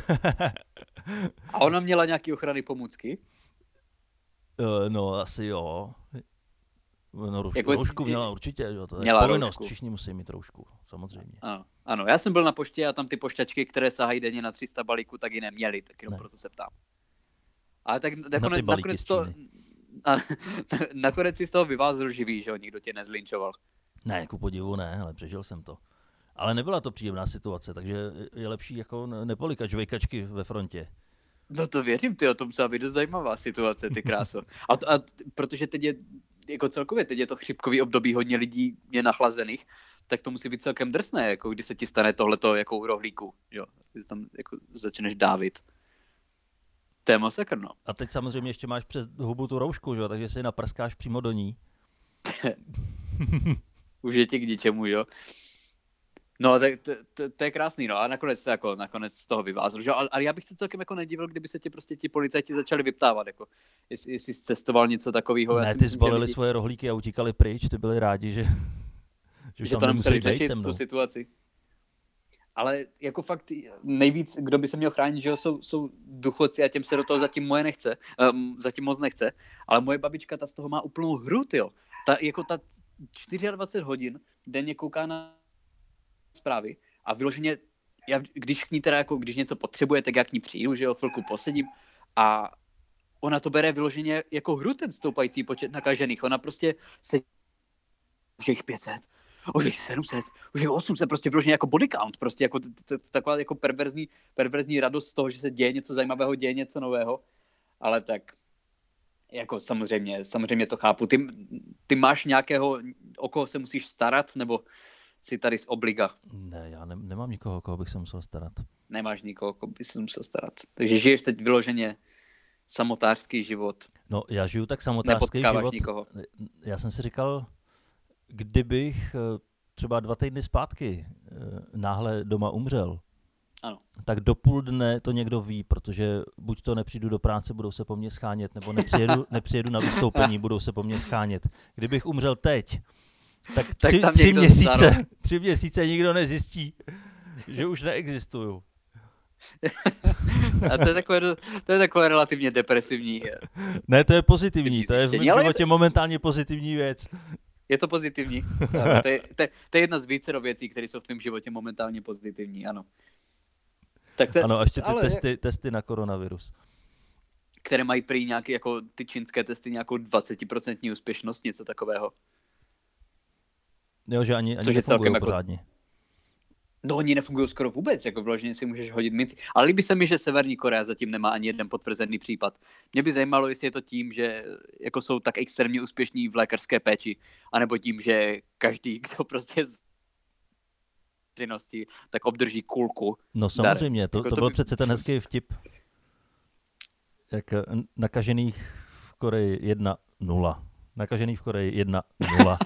A ona měla nějaké ochranné pomůcky? Uh, no, asi jo. No, roušku, jako roušku měla určitě, jo, to je měla povinnost, roušku. Všichni musí mít roušku, samozřejmě. Ano, ano, já jsem byl na poště a tam ty pošťačky, které sahají denně na tři sta balíků, tak ji neměli, tak jenom ne. Proto se ptám. Ale tak nakonec, na nakonec, to, a, nakonec si z toho vyvázl živý, že jo, nikdo tě nezlinčoval. Ne, ku podivu ne, ale přežil jsem to. Ale nebyla to příjemná situace, takže je lepší jako nepolikat žvejkačky ve frontě. No to věřím, ty, o tom musela být dost zajímavá situace, ty kráso. A, to, a protože teď je, jako celkově, teď je to chřipkový období, hodně lidí je nachlazených, tak to musí být celkem drsné, jako když se ti stane tohleto jako u rohlíku, jo, když tam jako začneš dávit. To je masakr, no. A teď samozřejmě ještě máš přes hubu tu roušku, jo, takže si naprskáš přímo do ní. Už je ti k ničemu, jo. No, to, to, to, to je krásný, no, a nakonec, jako, nakonec z toho vyvázl, že? Ale, ale já bych se celkem jako nedivil, kdyby se ti prostě ti policajti začali vyptávat, jako, jestli, jestli jsi cestoval něco takového. Ne, ty zbalili lidi... svoje rohlíky a utíkali pryč, ty byli rádi, že, že, že to nemuseli řešit tu situaci. ale jako fakt nejvíc, kdo by se měl chránit, že jo, jsou, jsou důchodci a těm se do toho zatím moje nechce, um, zatím moc nechce, ale moje babička ta z toho má úplnou hru, tyjo. Ta, jako ta dvacet čtyři hodin denně kouká na zprávy a vyloženě, já, když k ní teda jako, když něco potřebuje, tak já k ní přijdu, že jo, chvilku posedím a ona to bere vyloženě jako hru, ten stoupající počet nakažených. Ona prostě se už je jich pět set, už je jich sedm set, už je jich osm set, prostě vyloženě jako body count, prostě jako taková jako perverzní, perverzní radost z toho, že se děje něco zajímavého, děje něco nového, ale tak jako samozřejmě, samozřejmě to chápu. Ty, ty máš nějakého, o koho se musíš starat, nebo jsi tady z obliga? Ne, já ne, nemám nikoho, o koho bych se musel starat. Nemáš nikoho, o koho by se musel starat. Takže žiješ teď vyloženě samotářský život. No, já žiju tak samotářský život. Nikoho. Já jsem si říkal, kdybych třeba dva týdny zpátky náhle doma umřel, ano. tak do půl dne to někdo ví, protože buď to nepřijdu do práce, budou se po mně schánět, nebo nepřijedu, nepřijedu na vystoupení, budou se po mně schánět. Kdybych umřel teď, tak tři, tak tři, měsíce, tři měsíce nikdo nezjistí, že už neexistuju. A to je takové, to je takové relativně depresivní. Ne, to je pozitivní, to je v mém životě momentálně pozitivní věc. Je to pozitivní. Ano, to, je, to, je, to je jedna z vícero věcí, které jsou v tvém životě momentálně pozitivní, ano. Tak to, ano, a ještě ty ale, testy, testy na koronavirus. Které mají prý nějaké, jako ty čínské testy, nějakou dvacet procent úspěšnost, něco takového. Jo, že ani, ani nefungují pořádně. Jako... No, oni nefungují skoro vůbec, jako vloženě si můžeš hodit minci. Ale líbí se mi, že Severní Korea zatím nemá ani jeden potvrzený případ. Mě by zajímalo, jestli je to tím, že jako jsou tak extrémně úspěšní v lékařské péči, anebo tím, že každý, kdo prostě z činnosti, tak obdrží kulku. No samozřejmě, to, jako to, to byl by... přece ten hezký vtip. Jak nakažených v Koreji jedna nula. Nakažených v Koreji jedna nula.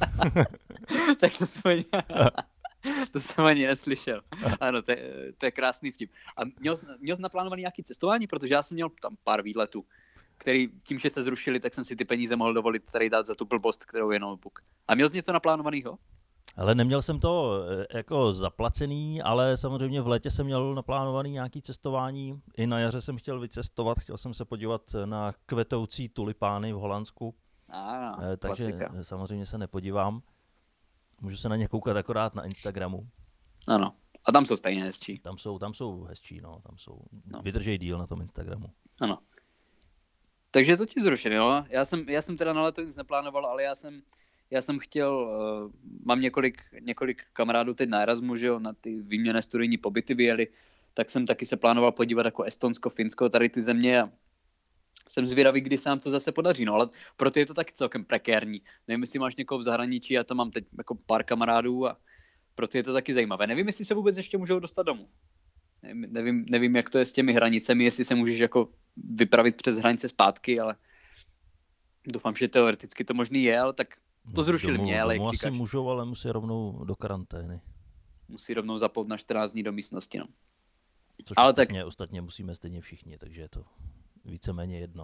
Tak to jsme... To jsem ani neslyšel. Ano, to je, to je krásný vtip. A měl, měl jsi naplánovaný nějaký cestování? Protože já jsem měl tam pár výletů, který tím, že se zrušili, tak jsem si ty peníze mohl dovolit tady dát za tu blbost, kterou je notebook. A měl jsi něco naplánovaného? Ale neměl jsem to jako zaplacený, ale samozřejmě v létě jsem měl naplánovaný nějaký cestování. I na jaře jsem chtěl vycestovat, chtěl jsem se podívat na kvetoucí tulipány v Holandsku. Ah, Takže klasika. Samozřejmě se nepodívám. Můžu se na ně koukat akorát na Instagramu. Ano. A tam jsou stejně hezčí. Tam jsou, tam jsou hezčí, no. Tam jsou, no. Vydržej díl na tom Instagramu. Ano. Takže to ti zrušili, jo. Já jsem, já jsem teda na leto nic neplánoval, ale já jsem, já jsem chtěl, uh, mám několik, několik kamarádů teď na Erasmu, že jo, na ty výměnné studijní pobyty vyjeli, tak jsem taky se plánoval podívat jako Estonsko, Finsko, tady ty země a jsem zvědavý, kdy se nám to zase podaří, no, ale proto je to taky celkem prekérní. Nevím, jestli máš někoho v zahraničí, já tam mám teď jako pár kamarádů a proto je to taky zajímavé. Nevím, jestli se vůbec ještě můžou dostat domů. Nevím, nevím, nevím jak to je s těmi hranicemi, jestli se můžeš jako vypravit přes hranice zpátky, ale doufám, že teoreticky to možný je, ale tak to zrušili domů, mě, ale domů jak asi říkáš. můžou, ale musí rovnou do karantény. Musí rovnou zapout na čtrnáct dní do místnosti, no. Což ale ostatně, tak... ostatně musíme stejně všichni, takže je to víceméně jedno.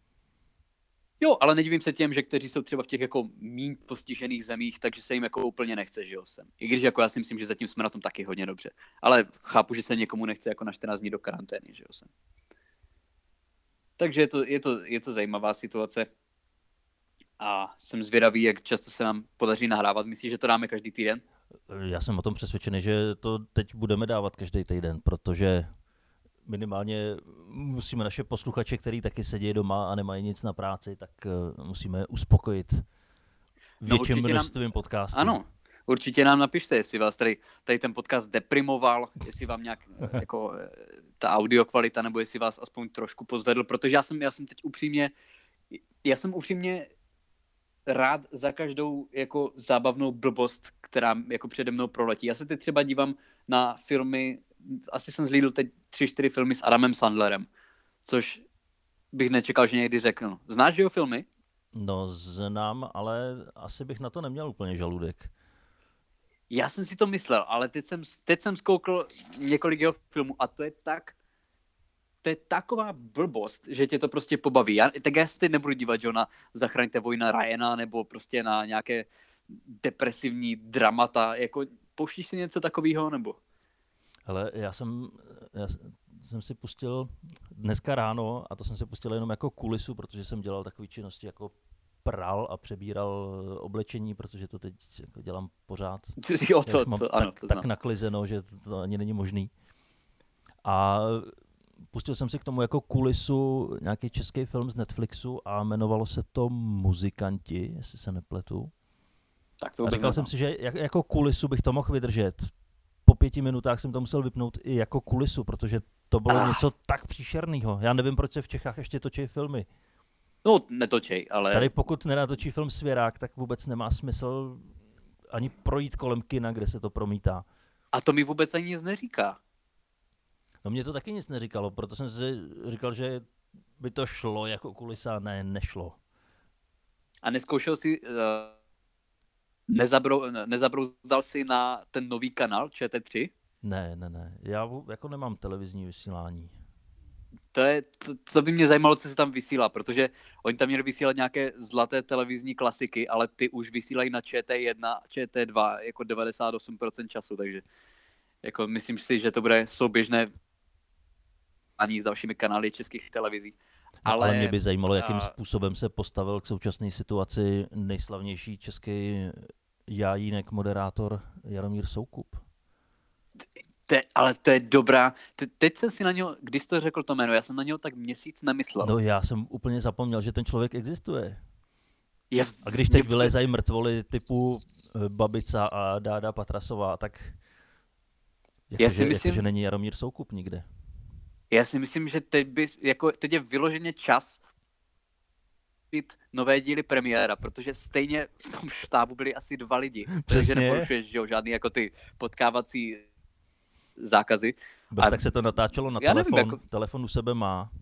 Jo, ale nedivím se těm, že kteří jsou třeba v těch jako míň postižených zemích, takže se jim jako úplně nechce, že jo, sem. I když jako já si myslím, že zatím jsme na tom taky hodně dobře. Ale chápu, že se někomu nechce jako na čtrnáct dní do karantény, že jo, sem. Takže je to, je to, je to zajímavá situace. A jsem zvědavý, jak často se nám podaří nahrávat. Myslíš, že to dáme každý týden? Já jsem o tom přesvědčený, že to teď budeme dávat každý týden, protože minimálně musíme naše posluchače, který taky sedí doma a nemají nic na práci, tak musíme uspokojit větším no, množstvím nám... podcastů. Ano, určitě nám napište, jestli vás tady, tady ten podcast deprimoval, jestli vám nějak jako ta audio kvalita, nebo jestli vás aspoň trošku pozvedl, protože já jsem, já jsem teď upřímně, já jsem upřímně rád za každou jako zábavnou blbost, která jako přede mnou proletí. Já se teď třeba dívám na filmy, asi jsem zlídl teď tři, čtyři filmy s Adamem Sandlerem, což bych nečekal, že někdy řeknu. Znáš jeho filmy? No znám, ale asi bych na to neměl úplně žaludek. Já jsem si to myslel, ale teď jsem, teď jsem zkoukl několik jeho filmů a to je tak, to je taková blbost, že tě to prostě pobaví. Já, tak já se teď nebudu dívat, že na Zachraňte vojna Ryana nebo prostě na nějaké depresivní dramata. Jako, pouštíš si něco takového nebo? Hele, já jsem, já jsem si pustil dneska ráno, a to jsem si pustil jenom jako kulisu, protože jsem dělal takové činnosti jako pral a přebíral oblečení, protože to teď jako dělám pořád. Jo, Já už to, mám to, ano, tak, to tak znám. naklizeno, že to, to ani není možný. A pustil jsem si k tomu jako kulisu nějaký český film z Netflixu a jmenovalo se to Muzikanti, jestli se nepletu. Tak to A vůbec říkal neznám. jsem si, že jak, jako kulisu bych to mohl vydržet. Po pěti minutách jsem to musel vypnout i jako kulisu, protože to bylo Ah, něco tak příšerného. Já nevím, proč se v Čechách ještě točí filmy. no, netočej, ale... Tady pokud nenatočí film Svěrák, tak vůbec nemá smysl ani projít kolem kina, kde se to promítá. A to mi vůbec ani nic neříká. No mě to taky nic neříkalo, proto jsem si říkal, že by to šlo jako kulisa, ne, nešlo. A neskoušel si... Uh, nezabrou, nezabrouzdal si na ten nový kanál Č T tři? Ne, ne, ne. Já vů- jako nemám televizní vysílání. To, je, to, to by mě zajímalo, co se tam vysílá, protože oni tam měli vysílat nějaké zlaté televizní klasiky, ale ty už vysílají na Č T jedna, Č T dva jako devadesát osm procent času, takže jako myslím si, že to bude souběžné ani s dalšími kanály českých televizí. No, ale, Ale, ale mě by zajímalo, jakým a, způsobem se postavil k současné situaci nejslavnější český jájínek, moderátor Jaromír Soukup. te, ale to je dobrá. Te, teď jsem si na něho, když jsi to řekl to jméno, já jsem na něho tak měsíc nemyslel. No já jsem úplně zapomněl, že ten člověk existuje. Je, A když teď je, vylezají mrtvoly typu eh, Babica a Dáda Patrasová, tak Já jakože, si myslím- jakože není Jaromír Soukup nikde. Já si myslím, že teď, by, jako, teď je vyloženě čas být nové díly premiéra, protože stejně v tom štábu byli asi dva lidi. Takže Přesně. neporušuješ, že jo, žádný jako ty potkávací zákazy. Bez A tak se to natáčelo na já nevím, telefon. jako- Telefon u sebe má.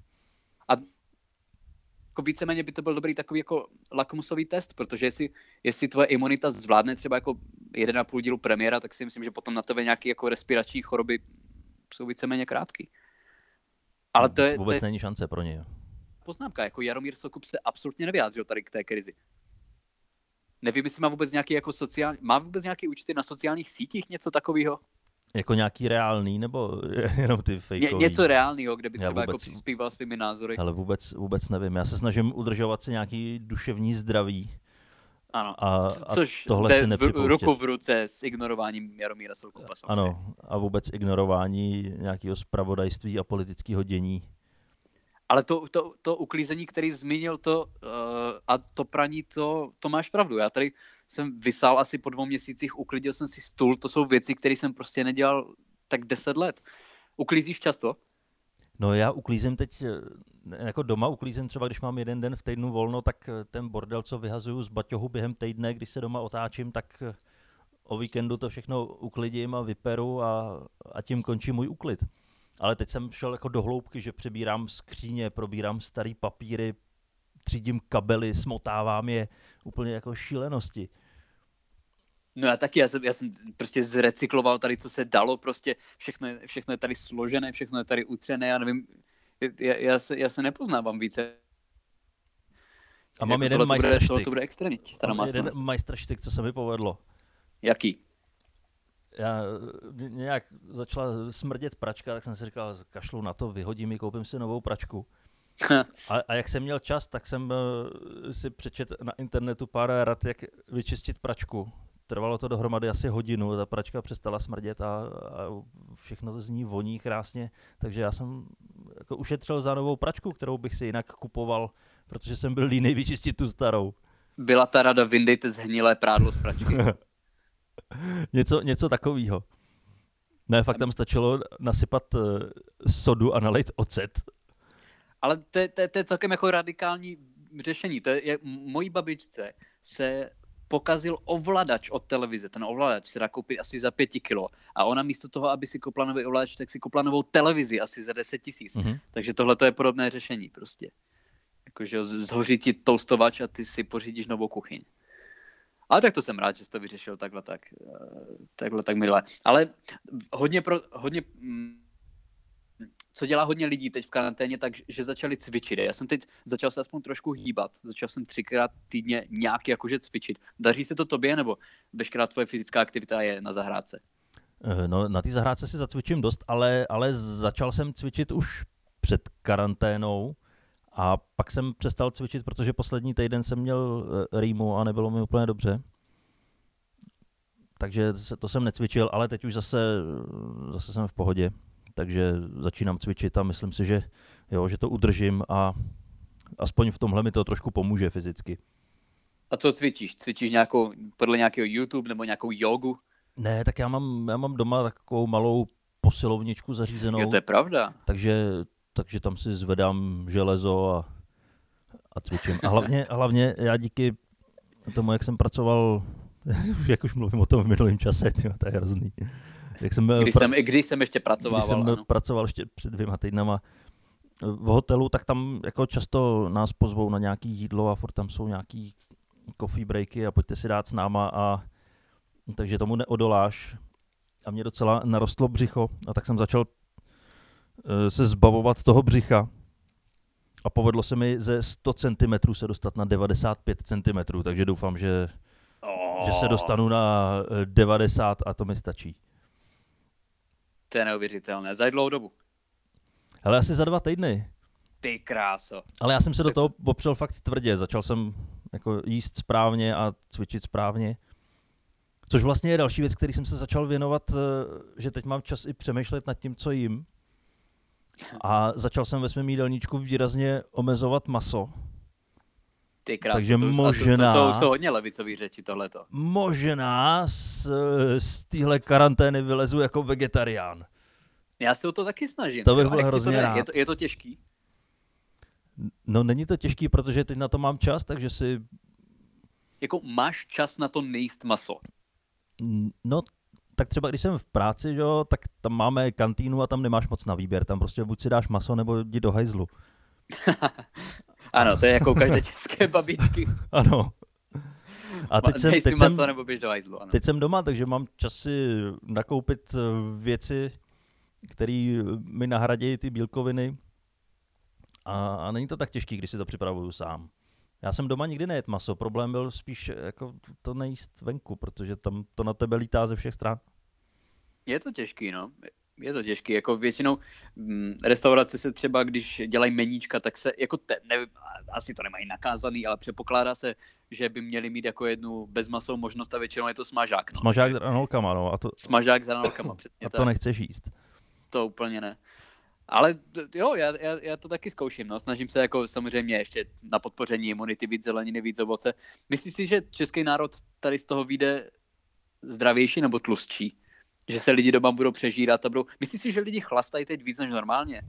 Jako víceméně by to byl dobrý takový jako lakmusový test, protože jestli, jestli tvoje imunita zvládne třeba jako jeden a půl dílu premiéra, tak si myslím, že potom na tebe nějaké jako respirační choroby jsou víceméně krátký. Ale to je, to Vůbec je není šance pro něj. poznámka, jako Jaromír Soukup se absolutně nevyjádřil tady k té krizi. Nevím, jestli má vůbec nějaký jako sociální, má vůbec nějaký účty na sociálních sítích, něco takového? Jako nějaký reálný, nebo jenom ty Ně, fejkový? něco reálného, kde by Já třeba jako vůbec- přispíval svými názory. Ale vůbec, vůbec nevím. Já se snažím udržovat si nějaký duševní zdraví. Ano. A, Co- a Což tohle jde si v, nepřipouštět. ruku v ruce s ignorováním Jaromíra Soukupa. samozřejmě. Ano, a vůbec ignorování nějakého zpravodajství a politického dění. Ale to, to, to uklízení, který zmínil, to, uh, a to praní, to, to máš pravdu. Já tady jsem vysál asi po dvou měsících, uklidil jsem si stůl, to jsou věci, které jsem prostě nedělal tak deset let. Uklízíš často? No já uklízím teď, eh, jako doma uklízím třeba, když mám jeden den v týdnu volno, tak eh, ten bordel, co vyhazuju z baťohu během týdne, když se doma otáčím, tak eh, o víkendu to všechno uklidím a vyperu a, a tím končí můj úklid. Ale teď jsem šel jako do hloubky, že přebírám skříně, probírám starý papíry, třídím kabely, smotávám je, úplně jako šílenosti. No já taky, já jsem, já jsem prostě zrecykloval tady, co se dalo, prostě všechno je, všechno je tady složené, všechno je tady utřené, já nevím, já, já, se, já se nepoznávám více. A mám jeden tohle to bude, majstrštyk. tohle to bude extrémní, čistá Mám jeden domácnost. majstrštyk, co se mi povedlo. Jaký? Já eh, nějak začala smrdět pračka, tak jsem si říkal, kašlu na to, vyhodím ji, koupím si novou pračku. A, a jak jsem měl čas, tak jsem uh, si přečet na internetu pár rad, jak vyčistit pračku. Trvalo to dohromady asi hodinu, ta pračka přestala smrdět a, a všechno to z ní voní krásně, takže já jsem jako ušetřil za novou pračku, kterou bych si jinak kupoval, protože jsem byl línej vyčistit tu starou. Byla ta rada, vyndejte zhnilé prádlo z pračky. něco, něco takového. Ne, fakt tam stačilo nasypat uh, sodu a nalejt ocet. Ale to, je- to, je- to je celkem jako radikální řešení. To je, je, mojí babičce se pokazil ovladač od televize. Ten ovladač se dá koupit asi za pěti kilo. A ona místo toho, aby si koupila nový ovladač, tak si koupila novou televizi asi za deset tisíc. Mhm. Takže tohle to je podobné řešení prostě. Jakože zhoří ti toustovač a ty si pořídíš novou kuchyň. Ale tak to jsem rád, že jsi to vyřešil takhle tak, eh, takhle tak milé. Ale hodně, pro, hodně mm, co dělá hodně lidí teď v karanténě, tak že začali cvičit. Já jsem teď začal se aspoň trošku hýbat. Začal jsem třikrát týdně nějak jakože cvičit. Daří se to tobě, nebo veškerá tvoje fyzická aktivita je na zahrádce? No, na té zahrádce si zacvičím dost, ale, ale začal jsem cvičit už před karanténou a pak jsem přestal cvičit, protože poslední týden jsem měl rýmu a nebylo mi úplně dobře. Takže to jsem necvičil, ale teď už zase, zase jsem v pohodě. Takže začínám cvičit a myslím si, že, jo, že to udržím a aspoň v tomhle mi to trošku pomůže fyzicky. A co cvičíš? Cvičíš nějakou, podle nějakého YouTube nebo nějakou jogu? Ne, tak já mám, já mám doma takovou malou posilovničku zařízenou. Jo, to je pravda. Takže, takže tam si zvedám železo a, a cvičím. A hlavně, hlavně já díky tomu, jak jsem pracoval, jak už mluvím o tom v minulém čase, tyjo, to je hrozný. Jak jsem, když, pra... jsem, když jsem ještě pracoval. Když jsem ano. pracoval ještě před dvěma týdnama v hotelu, tak tam jako často nás pozvou na nějaký jídlo a furt tam jsou nějaký coffee breaky a pojďte si dát s náma a takže tomu neodoláš. A mě docela narostlo břicho a tak jsem začal se zbavovat toho břicha a povedlo se mi ze sto centimetrů se dostat na devadesát pět centimetrů, takže doufám, že, oh. že se dostanu na devadesát a to mi stačí. To je neuvěřitelné. Za dlouhou dobu? Hele, asi za dva týdny. Ty kráso. Ale já jsem se tak... do toho popřel fakt tvrdě. Začal jsem jako jíst správně a cvičit správně. Což vlastně je další věc, který jsem se začal věnovat, že teď mám čas i přemýšlet nad tím, co jím. A začal jsem ve svém jídelníčku výrazně omezovat maso. Ty krásu, takže to, možná, to, to, to jsou hodně levicový řeči tohleto. Možná z, z téhle karantény vylezu jako vegetarián. Já se o to taky snažím. To bych byl hrozně to rád. Je to, je to těžký? No není to těžký, protože teď na to mám čas, takže si... Jako máš čas na to nejíst maso? No, tak třeba když jsem v práci, jo, tak tam máme kantýnu a tam nemáš moc na výběr. Tam prostě buď si dáš maso, nebo jdi do hajzlu. Ano, to je jako u každé české babičky. Ano. A teď jsem, Dej si teď maso jsem, nebo běž do hajzlu, ano. Teď jsem doma, takže mám čas si nakoupit věci, které mi nahradí ty bílkoviny. A, a není to tak těžký, když si to připravuju sám. Já jsem doma nikdy nejet maso, problém byl spíš jako to nejíst venku, protože tam to na tebe lítá ze všech stran. Je to těžký, no. Je to těžký, jako většinou m, restaurace se třeba, když dělají meníčka, tak se, jako te, ne, asi to nemají nakázaný, ale předpokládá se, že by měli mít jako jednu bezmasovou možnost a většinou je to smažák. No. Smažák s hranolkama, no. A to, smažák s hranolkama. A to nechceš jíst. To úplně ne. Ale jo, já, já, já to taky zkouším, no. Snažím se jako samozřejmě ještě na podpoření imunity víc zeleniny, víc ovoce. Myslíš si, že český národ tady z toho vyjde zdravější nebo tlustší? Že se lidi doma budou přežírat a budou... Myslíš si, že lidi chlastají teď víc než normálně?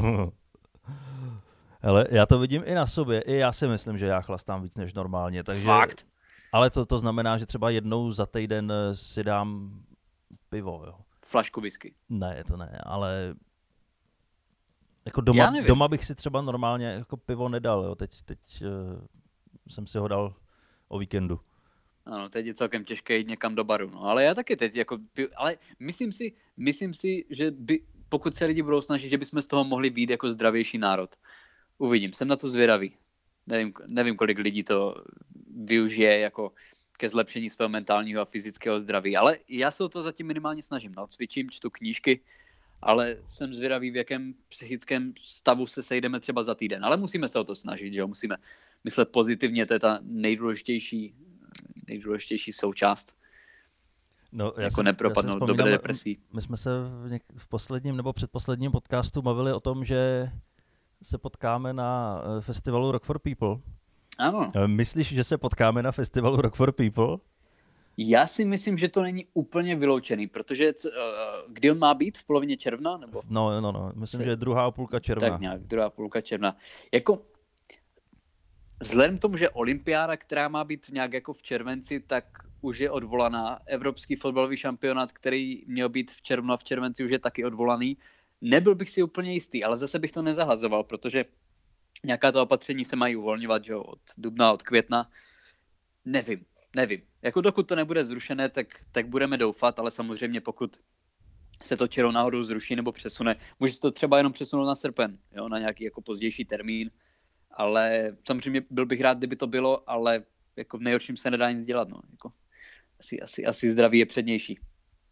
Hele, já to vidím i na sobě. I já si myslím, že já chlastám víc než normálně. Takže... Fakt? Ale to, to znamená, že třeba jednou za týden si dám pivo, jo. Flašku whisky. Ne, to ne, ale... Jako doma, doma bych si třeba normálně jako pivo nedal, jo. Teď, teď uh, jsem si ho dal o víkendu. Ano, teď je celkem těžké jít někam do baru, no. Ale já taky teď, jako, ale myslím si, myslím si, že by, pokud se lidi budou snažit, že bychom z toho mohli být jako zdravější národ. Uvidím, jsem na to zvědavý. Nevím, nevím, kolik lidí to využije jako ke zlepšení svého mentálního a fyzického zdraví, ale já se o to zatím minimálně snažím, no. Cvičím, čtu knížky, ale jsem zvědavý, v jakém psychickém stavu se sejdeme třeba za týden. Ale musíme se o to snažit, že jo, musíme myslet pozitivně, to je ta nejdůležitější nejdůležitější součást. No, já jako jsem, nepropadnout já do depresí. My jsme se v, něk- v posledním nebo předposledním podcastu bavili o tom, že se potkáme na festivalu Rock for People. Ano. Myslíš, že se potkáme na festivalu Rock for People? Já si myslím, že to není úplně vyloučený, protože uh, kdy on má být? V polovině června? Nebo? No, no, no. Myslím, Se... že je druhá půlka června. Tak nějak, druhá půlka června. Jako vzhledem k tomu, že olympiáda, která má být nějak jako v červenci, tak už je odvolaná. Evropský fotbalový šampionát, který měl být v červnu a v červenci, už je taky odvolaný. Nebyl bych si úplně jistý, ale zase bych to nezahazoval, protože nějaká ta opatření se mají uvolňovat, že od dubna, od května. Nevím, nevím. Jako dokud to nebude zrušené, tak, tak budeme doufat, ale samozřejmě pokud se to čirou náhodou zruší nebo přesune, může se to třeba jenom přesunout na srpen, jo, na nějaký jako pozdější termín. Ale samozřejmě byl bych rád, kdyby to bylo, ale jako v nejhorším se nedá nic dělat. No. Jako, asi, asi, asi zdraví je přednější.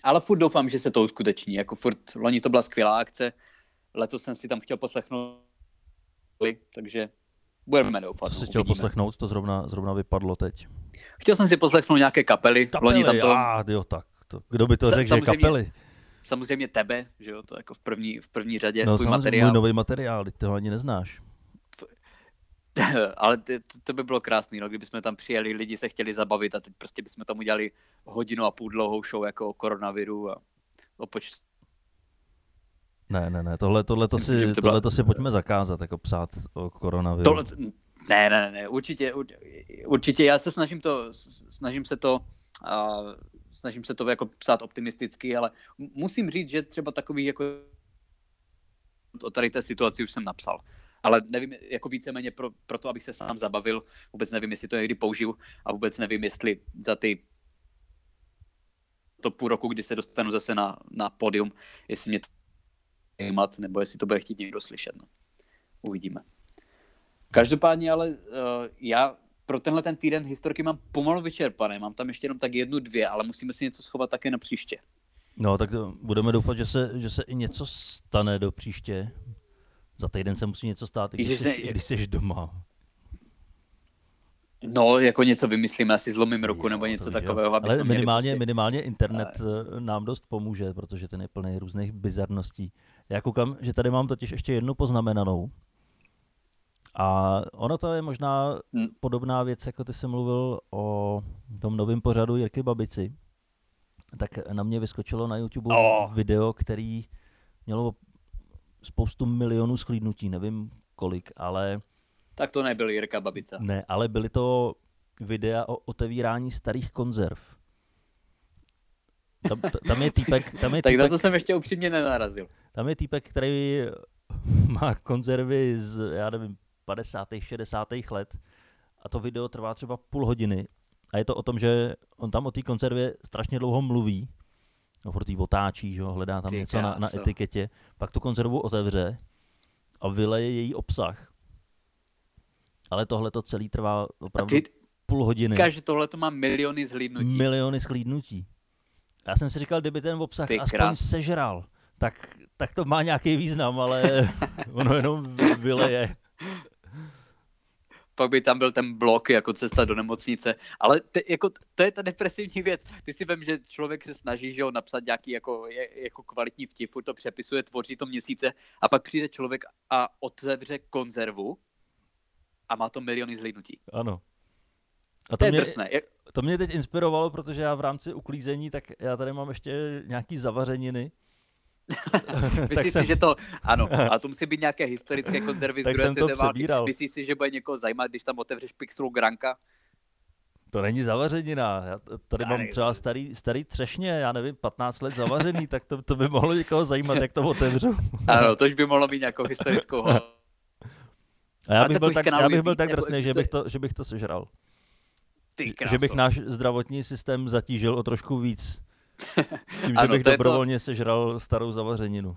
Ale furt doufám, že se to uskuteční. Jako furt, loni to byla skvělá akce, letos jsem si tam chtěl poslechnout, takže budeme doufat. Co jsi chtěl uvidíme. poslechnout? To zrovna, zrovna vypadlo teď. Chtěl jsem si poslechnout nějaké kapely. Kapely, loni tam to... ah, jo, tak. To, kdo by to Sa- řekl, že samozřejmě- kapely? Samozřejmě tebe, že jo, to jako v první, v první řadě, No tvůj samozřejmě materiál. můj nový materiál, teď toho ani neznáš. Ale ty, to, to by bylo krásný, no, kdybychom tam přijeli, lidi se chtěli zabavit a teď prostě bychom tam udělali hodinu a půl dlouhou show jako o koronaviru a o počtu. Ne, ne, ne, tohle, tohle, to, Myslím, si, že by to byla- tohle to si pojďme zakázat, jako psát o koronaviru. Tohle, ne, ne, ne, určitě, ur- určitě, já se snažím to, snažím se to, uh, snažím se to jako psát optimisticky, ale musím říct, že třeba takový jako o tady té situaci už jsem napsal. Ale nevím, jako víceméně pro, pro to, abych se sám zabavil, vůbec nevím, jestli to někdy použiju a vůbec nevím, jestli za ty to půl roku, kdy se dostanu zase na, na pódium, jestli mě to zajímat, nebo jestli to bude chtít někdo slyšet. No. Uvidíme. Každopádně ale uh, já pro tenhle ten týden historky mám pomalu vyčerpané, mám tam ještě jenom tak jednu, dvě, ale musíme si něco schovat také na příště. No, tak to, budeme doufat, že se, že se i něco stane do příště. Za týden se musí něco stát, i když, Že jsi, se- i když jsi doma. No, jako něco vymyslíme, asi zlomím ruku Jo, nebo to něco víš, jo. takového, aby Ale jsme měli minimálně, prostě... minimálně internet eh, nám dost pomůže, protože ten je plný různých bizarností. Já koukám, že tady mám totiž ještě jednu poznamenanou. A ono to je možná Hm. podobná věc, jako ty jsi mluvil o tom novém pořadu Jirky Babici. Tak na mě vyskočilo na YouTube Oh. video, který mělo spoustu milionů shlídnutí, nevím kolik, ale Tak to nebyl Jirka Babica. ne, ale byly to videa o otevírání starých konzerv. Tam, t- tam je týpek, tam je Tak na týpek, to jsem ještě upřímně nenarazil. tam je týpek, který má konzervy z, já nevím, padesátých, šedesátých let a to video trvá třeba půl hodiny a je to o tom, že on tam o té konzervě strašně dlouho mluví, no furt jí otáčí, že jo, hledá tam Ty něco na, na kráso. etiketě, pak tu konzervu otevře a vyleje její obsah. Ale tohle to celý trvá A opravdu ty půl hodiny. říkáš, že tohle to má miliony zhlídnutí. Miliony shlídnutí. Já jsem si říkal, kdyby ten obsah Ty aspoň krás. sežral, tak, tak to má nějaký význam, ale ono jenom vyleje. Pak by tam byl ten blok jako cesta do nemocnice. Ale te, jako, to je ta depresivní věc. Ty si vem, že člověk se snaží, že jo, napsat nějaký jako, je, jako kvalitní vtip, furt to přepisuje, tvoří to měsíce a pak přijde člověk a otevře konzervu a má to miliony zhlídnutí. Ano. A To to je mě, drsné. Je- to mě teď inspirovalo, protože já v rámci uklízení, tak já tady mám ještě nějaký zavařeniny. Myslíš jsem- si, že to, ano, ale to musí být nějaké historické konzervy z Tak druhé jsem to světové války. přebíral. Myslíš si, že bude někoho zajímat, když tam otevřeš pixelu Granka? To není zavařenina. Já t- tady mám Tady- třeba starý, starý třešně, já nevím, patnáct let zavařený, tak to, to by mohlo někoho zajímat, jak to otevřu. Ano, to už by mohlo být nějakou historickou ho- A já Ale bych byl takových tak, kanálů já je bych byl víc, tak jako drsný, že existuje- bych, to, že bych to sežral. Ty Že kráso. bych náš zdravotní systém zatížil o trošku víc. Tím, že Ano, bych to je to- dobrovolně sežral starou zavařeninu.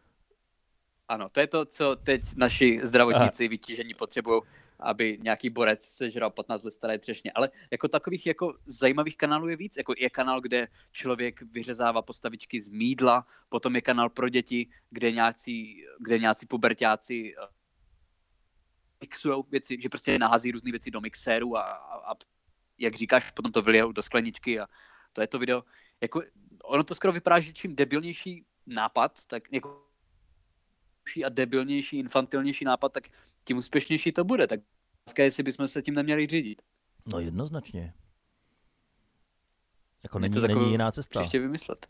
Ano, to je to, co teď naši zdravotníci vytížení potřebují, aby nějaký borec sežral patnáct let staré třešně. Ale jako takových jako zajímavých kanálů je víc. Jako je kanál, kde člověk vyřezává postavičky z mýdla, potom je kanál pro děti, kde nějací, kde nějací puberťáci eh, mixujou věci, že prostě nahází různé věci do mixéru a, a, a jak říkáš, potom to vylijou do skleničky a to je to video. Jako, ono to skoro vypadá, že čím debilnější nápad, tak jako a debilnější, infantilnější nápad, tak tím úspěšnější to bude. Tak otázka je, jestli bychom se tím neměli řídit. No jednoznačně. Jako není, Něco není takového jiná cesta. Příště vymyslet.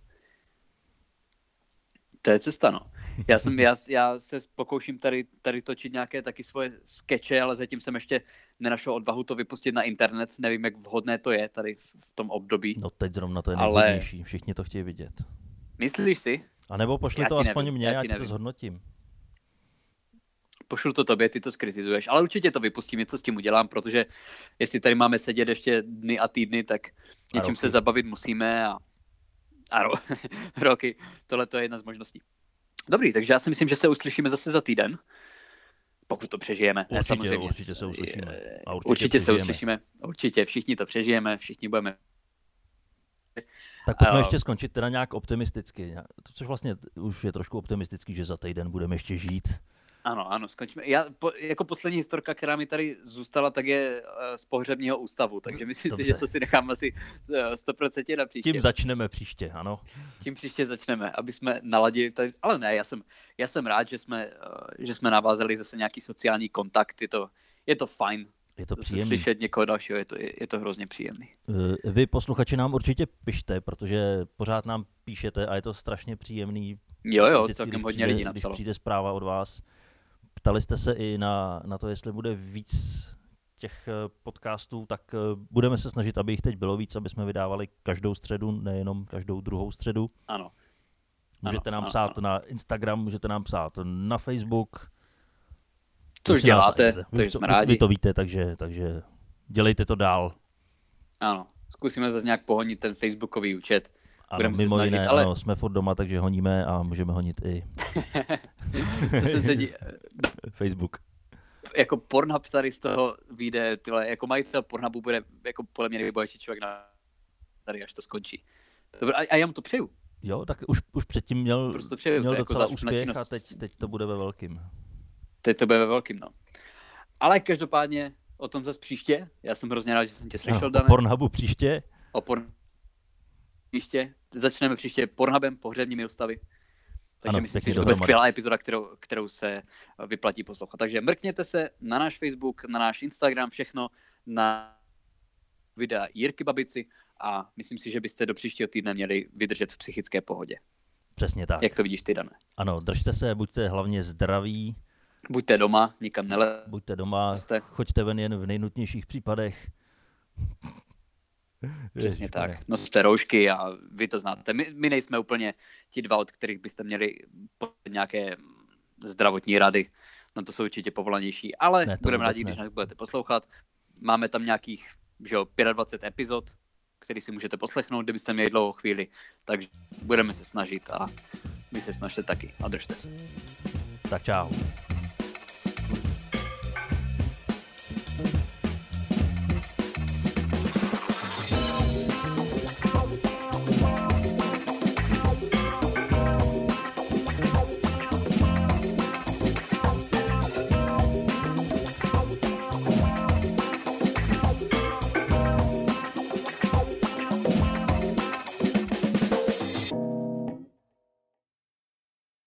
To je cesta, no. Já, jsem, já, já se pokouším tady, tady točit nějaké taky svoje skeče, ale zatím jsem ještě nenašel odvahu to vypustit na internet. Nevím, jak vhodné to je tady v, v tom období. No teď zrovna to je Ale- nejvhodnější. Všichni to chtějí vidět. Myslíš si? A nebo pošli Já to ti aspoň nevím, mě, já já ti ti to nevím. zhodnotím. Pošlu to tobě, ty to skritizuješ, ale určitě to vypustím, něco s tím udělám, protože jestli tady máme sedět ještě dny a týdny, tak něčím roky. se zabavit musíme a, a ro, roky. Tohle to je jedna z možností. Dobrý, takže já si myslím, že se uslyšíme zase za týden, pokud to přežijeme. Ne, Určitě, samozřejmě. určitě se uslyšíme. A určitě Určitě se přežijeme. uslyšíme. Určitě, všichni to přežijeme, všichni budeme. Tak pojďme Uh, ještě skončit teda nějak optimisticky, což vlastně už je trošku optimistický, že za týden budeme ještě žít. Ano, ano, skončíme. Já, po, jako poslední historka, která mi tady zůstala, tak je uh, z pohřebního ústavu, takže myslím Dobře. si, že to si nechám asi sto procent na příště. Tím začneme příště, ano. Tím příště začneme, aby jsme naladili, tak, ale ne, já jsem, já jsem rád, že jsme, uh, že jsme navázali zase nějaký sociální kontakt, je to, je to fajn. Je to Zase příjemný. Slyšet někoho dalšího, je to, je, je to hrozně příjemný. Vy posluchači nám určitě pište, protože pořád nám píšete a je to strašně příjemný. Jo, jo, Vždycky, celkem když hodně přijde, lidí Když napsalo. přijde zpráva od vás. Ptali jste se i na, na to, jestli bude víc těch podcastů, tak budeme se snažit, aby jich teď bylo víc, aby jsme vydávali každou středu, nejenom každou druhou středu. Ano. Můžete ano, nám ano, psát ano. na Instagram, můžete nám psát na Facebook. Což Už si nás děláte, najdete. Vy takže to- jsme vy- rádi. Vy to víte, takže, takže dělejte to dál. Ano, zkusíme zase nějak pohonit ten facebookový účet. Ano, Budeme se mimo snažit, jiné, ale- ano, jsme furt doma, takže honíme a můžeme honit i Co jsem se dí... Facebook. jako Pornhub tady z toho vyjde, tyhle, jako majitel Pornhubu bude jako podle mě nejbohatší člověk na tady, až to skončí. To bude, a, a já mu to přeju. Jo, tak už, už předtím měl, Prostě přeju, měl to je jako docela záslužná úspěch činnost. a teď, teď to bude ve velkým. Teď to bude ve velkým, no. Ale každopádně o tom zase příště. Já jsem hrozně rád, že jsem tě slyšel, O Dane. Pornhubu příště. O porn... Příště. Začneme příště Pornhubem, pohřebními ústavy. Takže Ano, myslím si, pěkně že to bude dohromady. skvělá epizoda, kterou, kterou se vyplatí poslouchat. Takže mrkněte se na náš Facebook, na náš Instagram, všechno na videa Jirky Babici a myslím si, že byste do příštího týdne měli vydržet v psychické pohodě. Přesně tak. Jak to vidíš ty, Dane? Ano, držte se, buďte hlavně zdraví, Buďte doma, nikam nelezte. buďte doma, choďte ven jen v nejnutnějších případech. Přesně Ježišmarja. tak. Noste roušky a vy to znáte. My, my nejsme úplně ti dva, od kterých byste měli nějaké zdravotní rady. Na to jsou určitě povolanější, ale Ne, to budeme vůbec rádi, ne. když nás budete poslouchat. Máme tam nějakých že jo, dvacet pět epizod, který si můžete poslechnout, kdybyste měli dlouhou chvíli. Takže budeme se snažit a vy se snažte taky a držte se. Tak čau.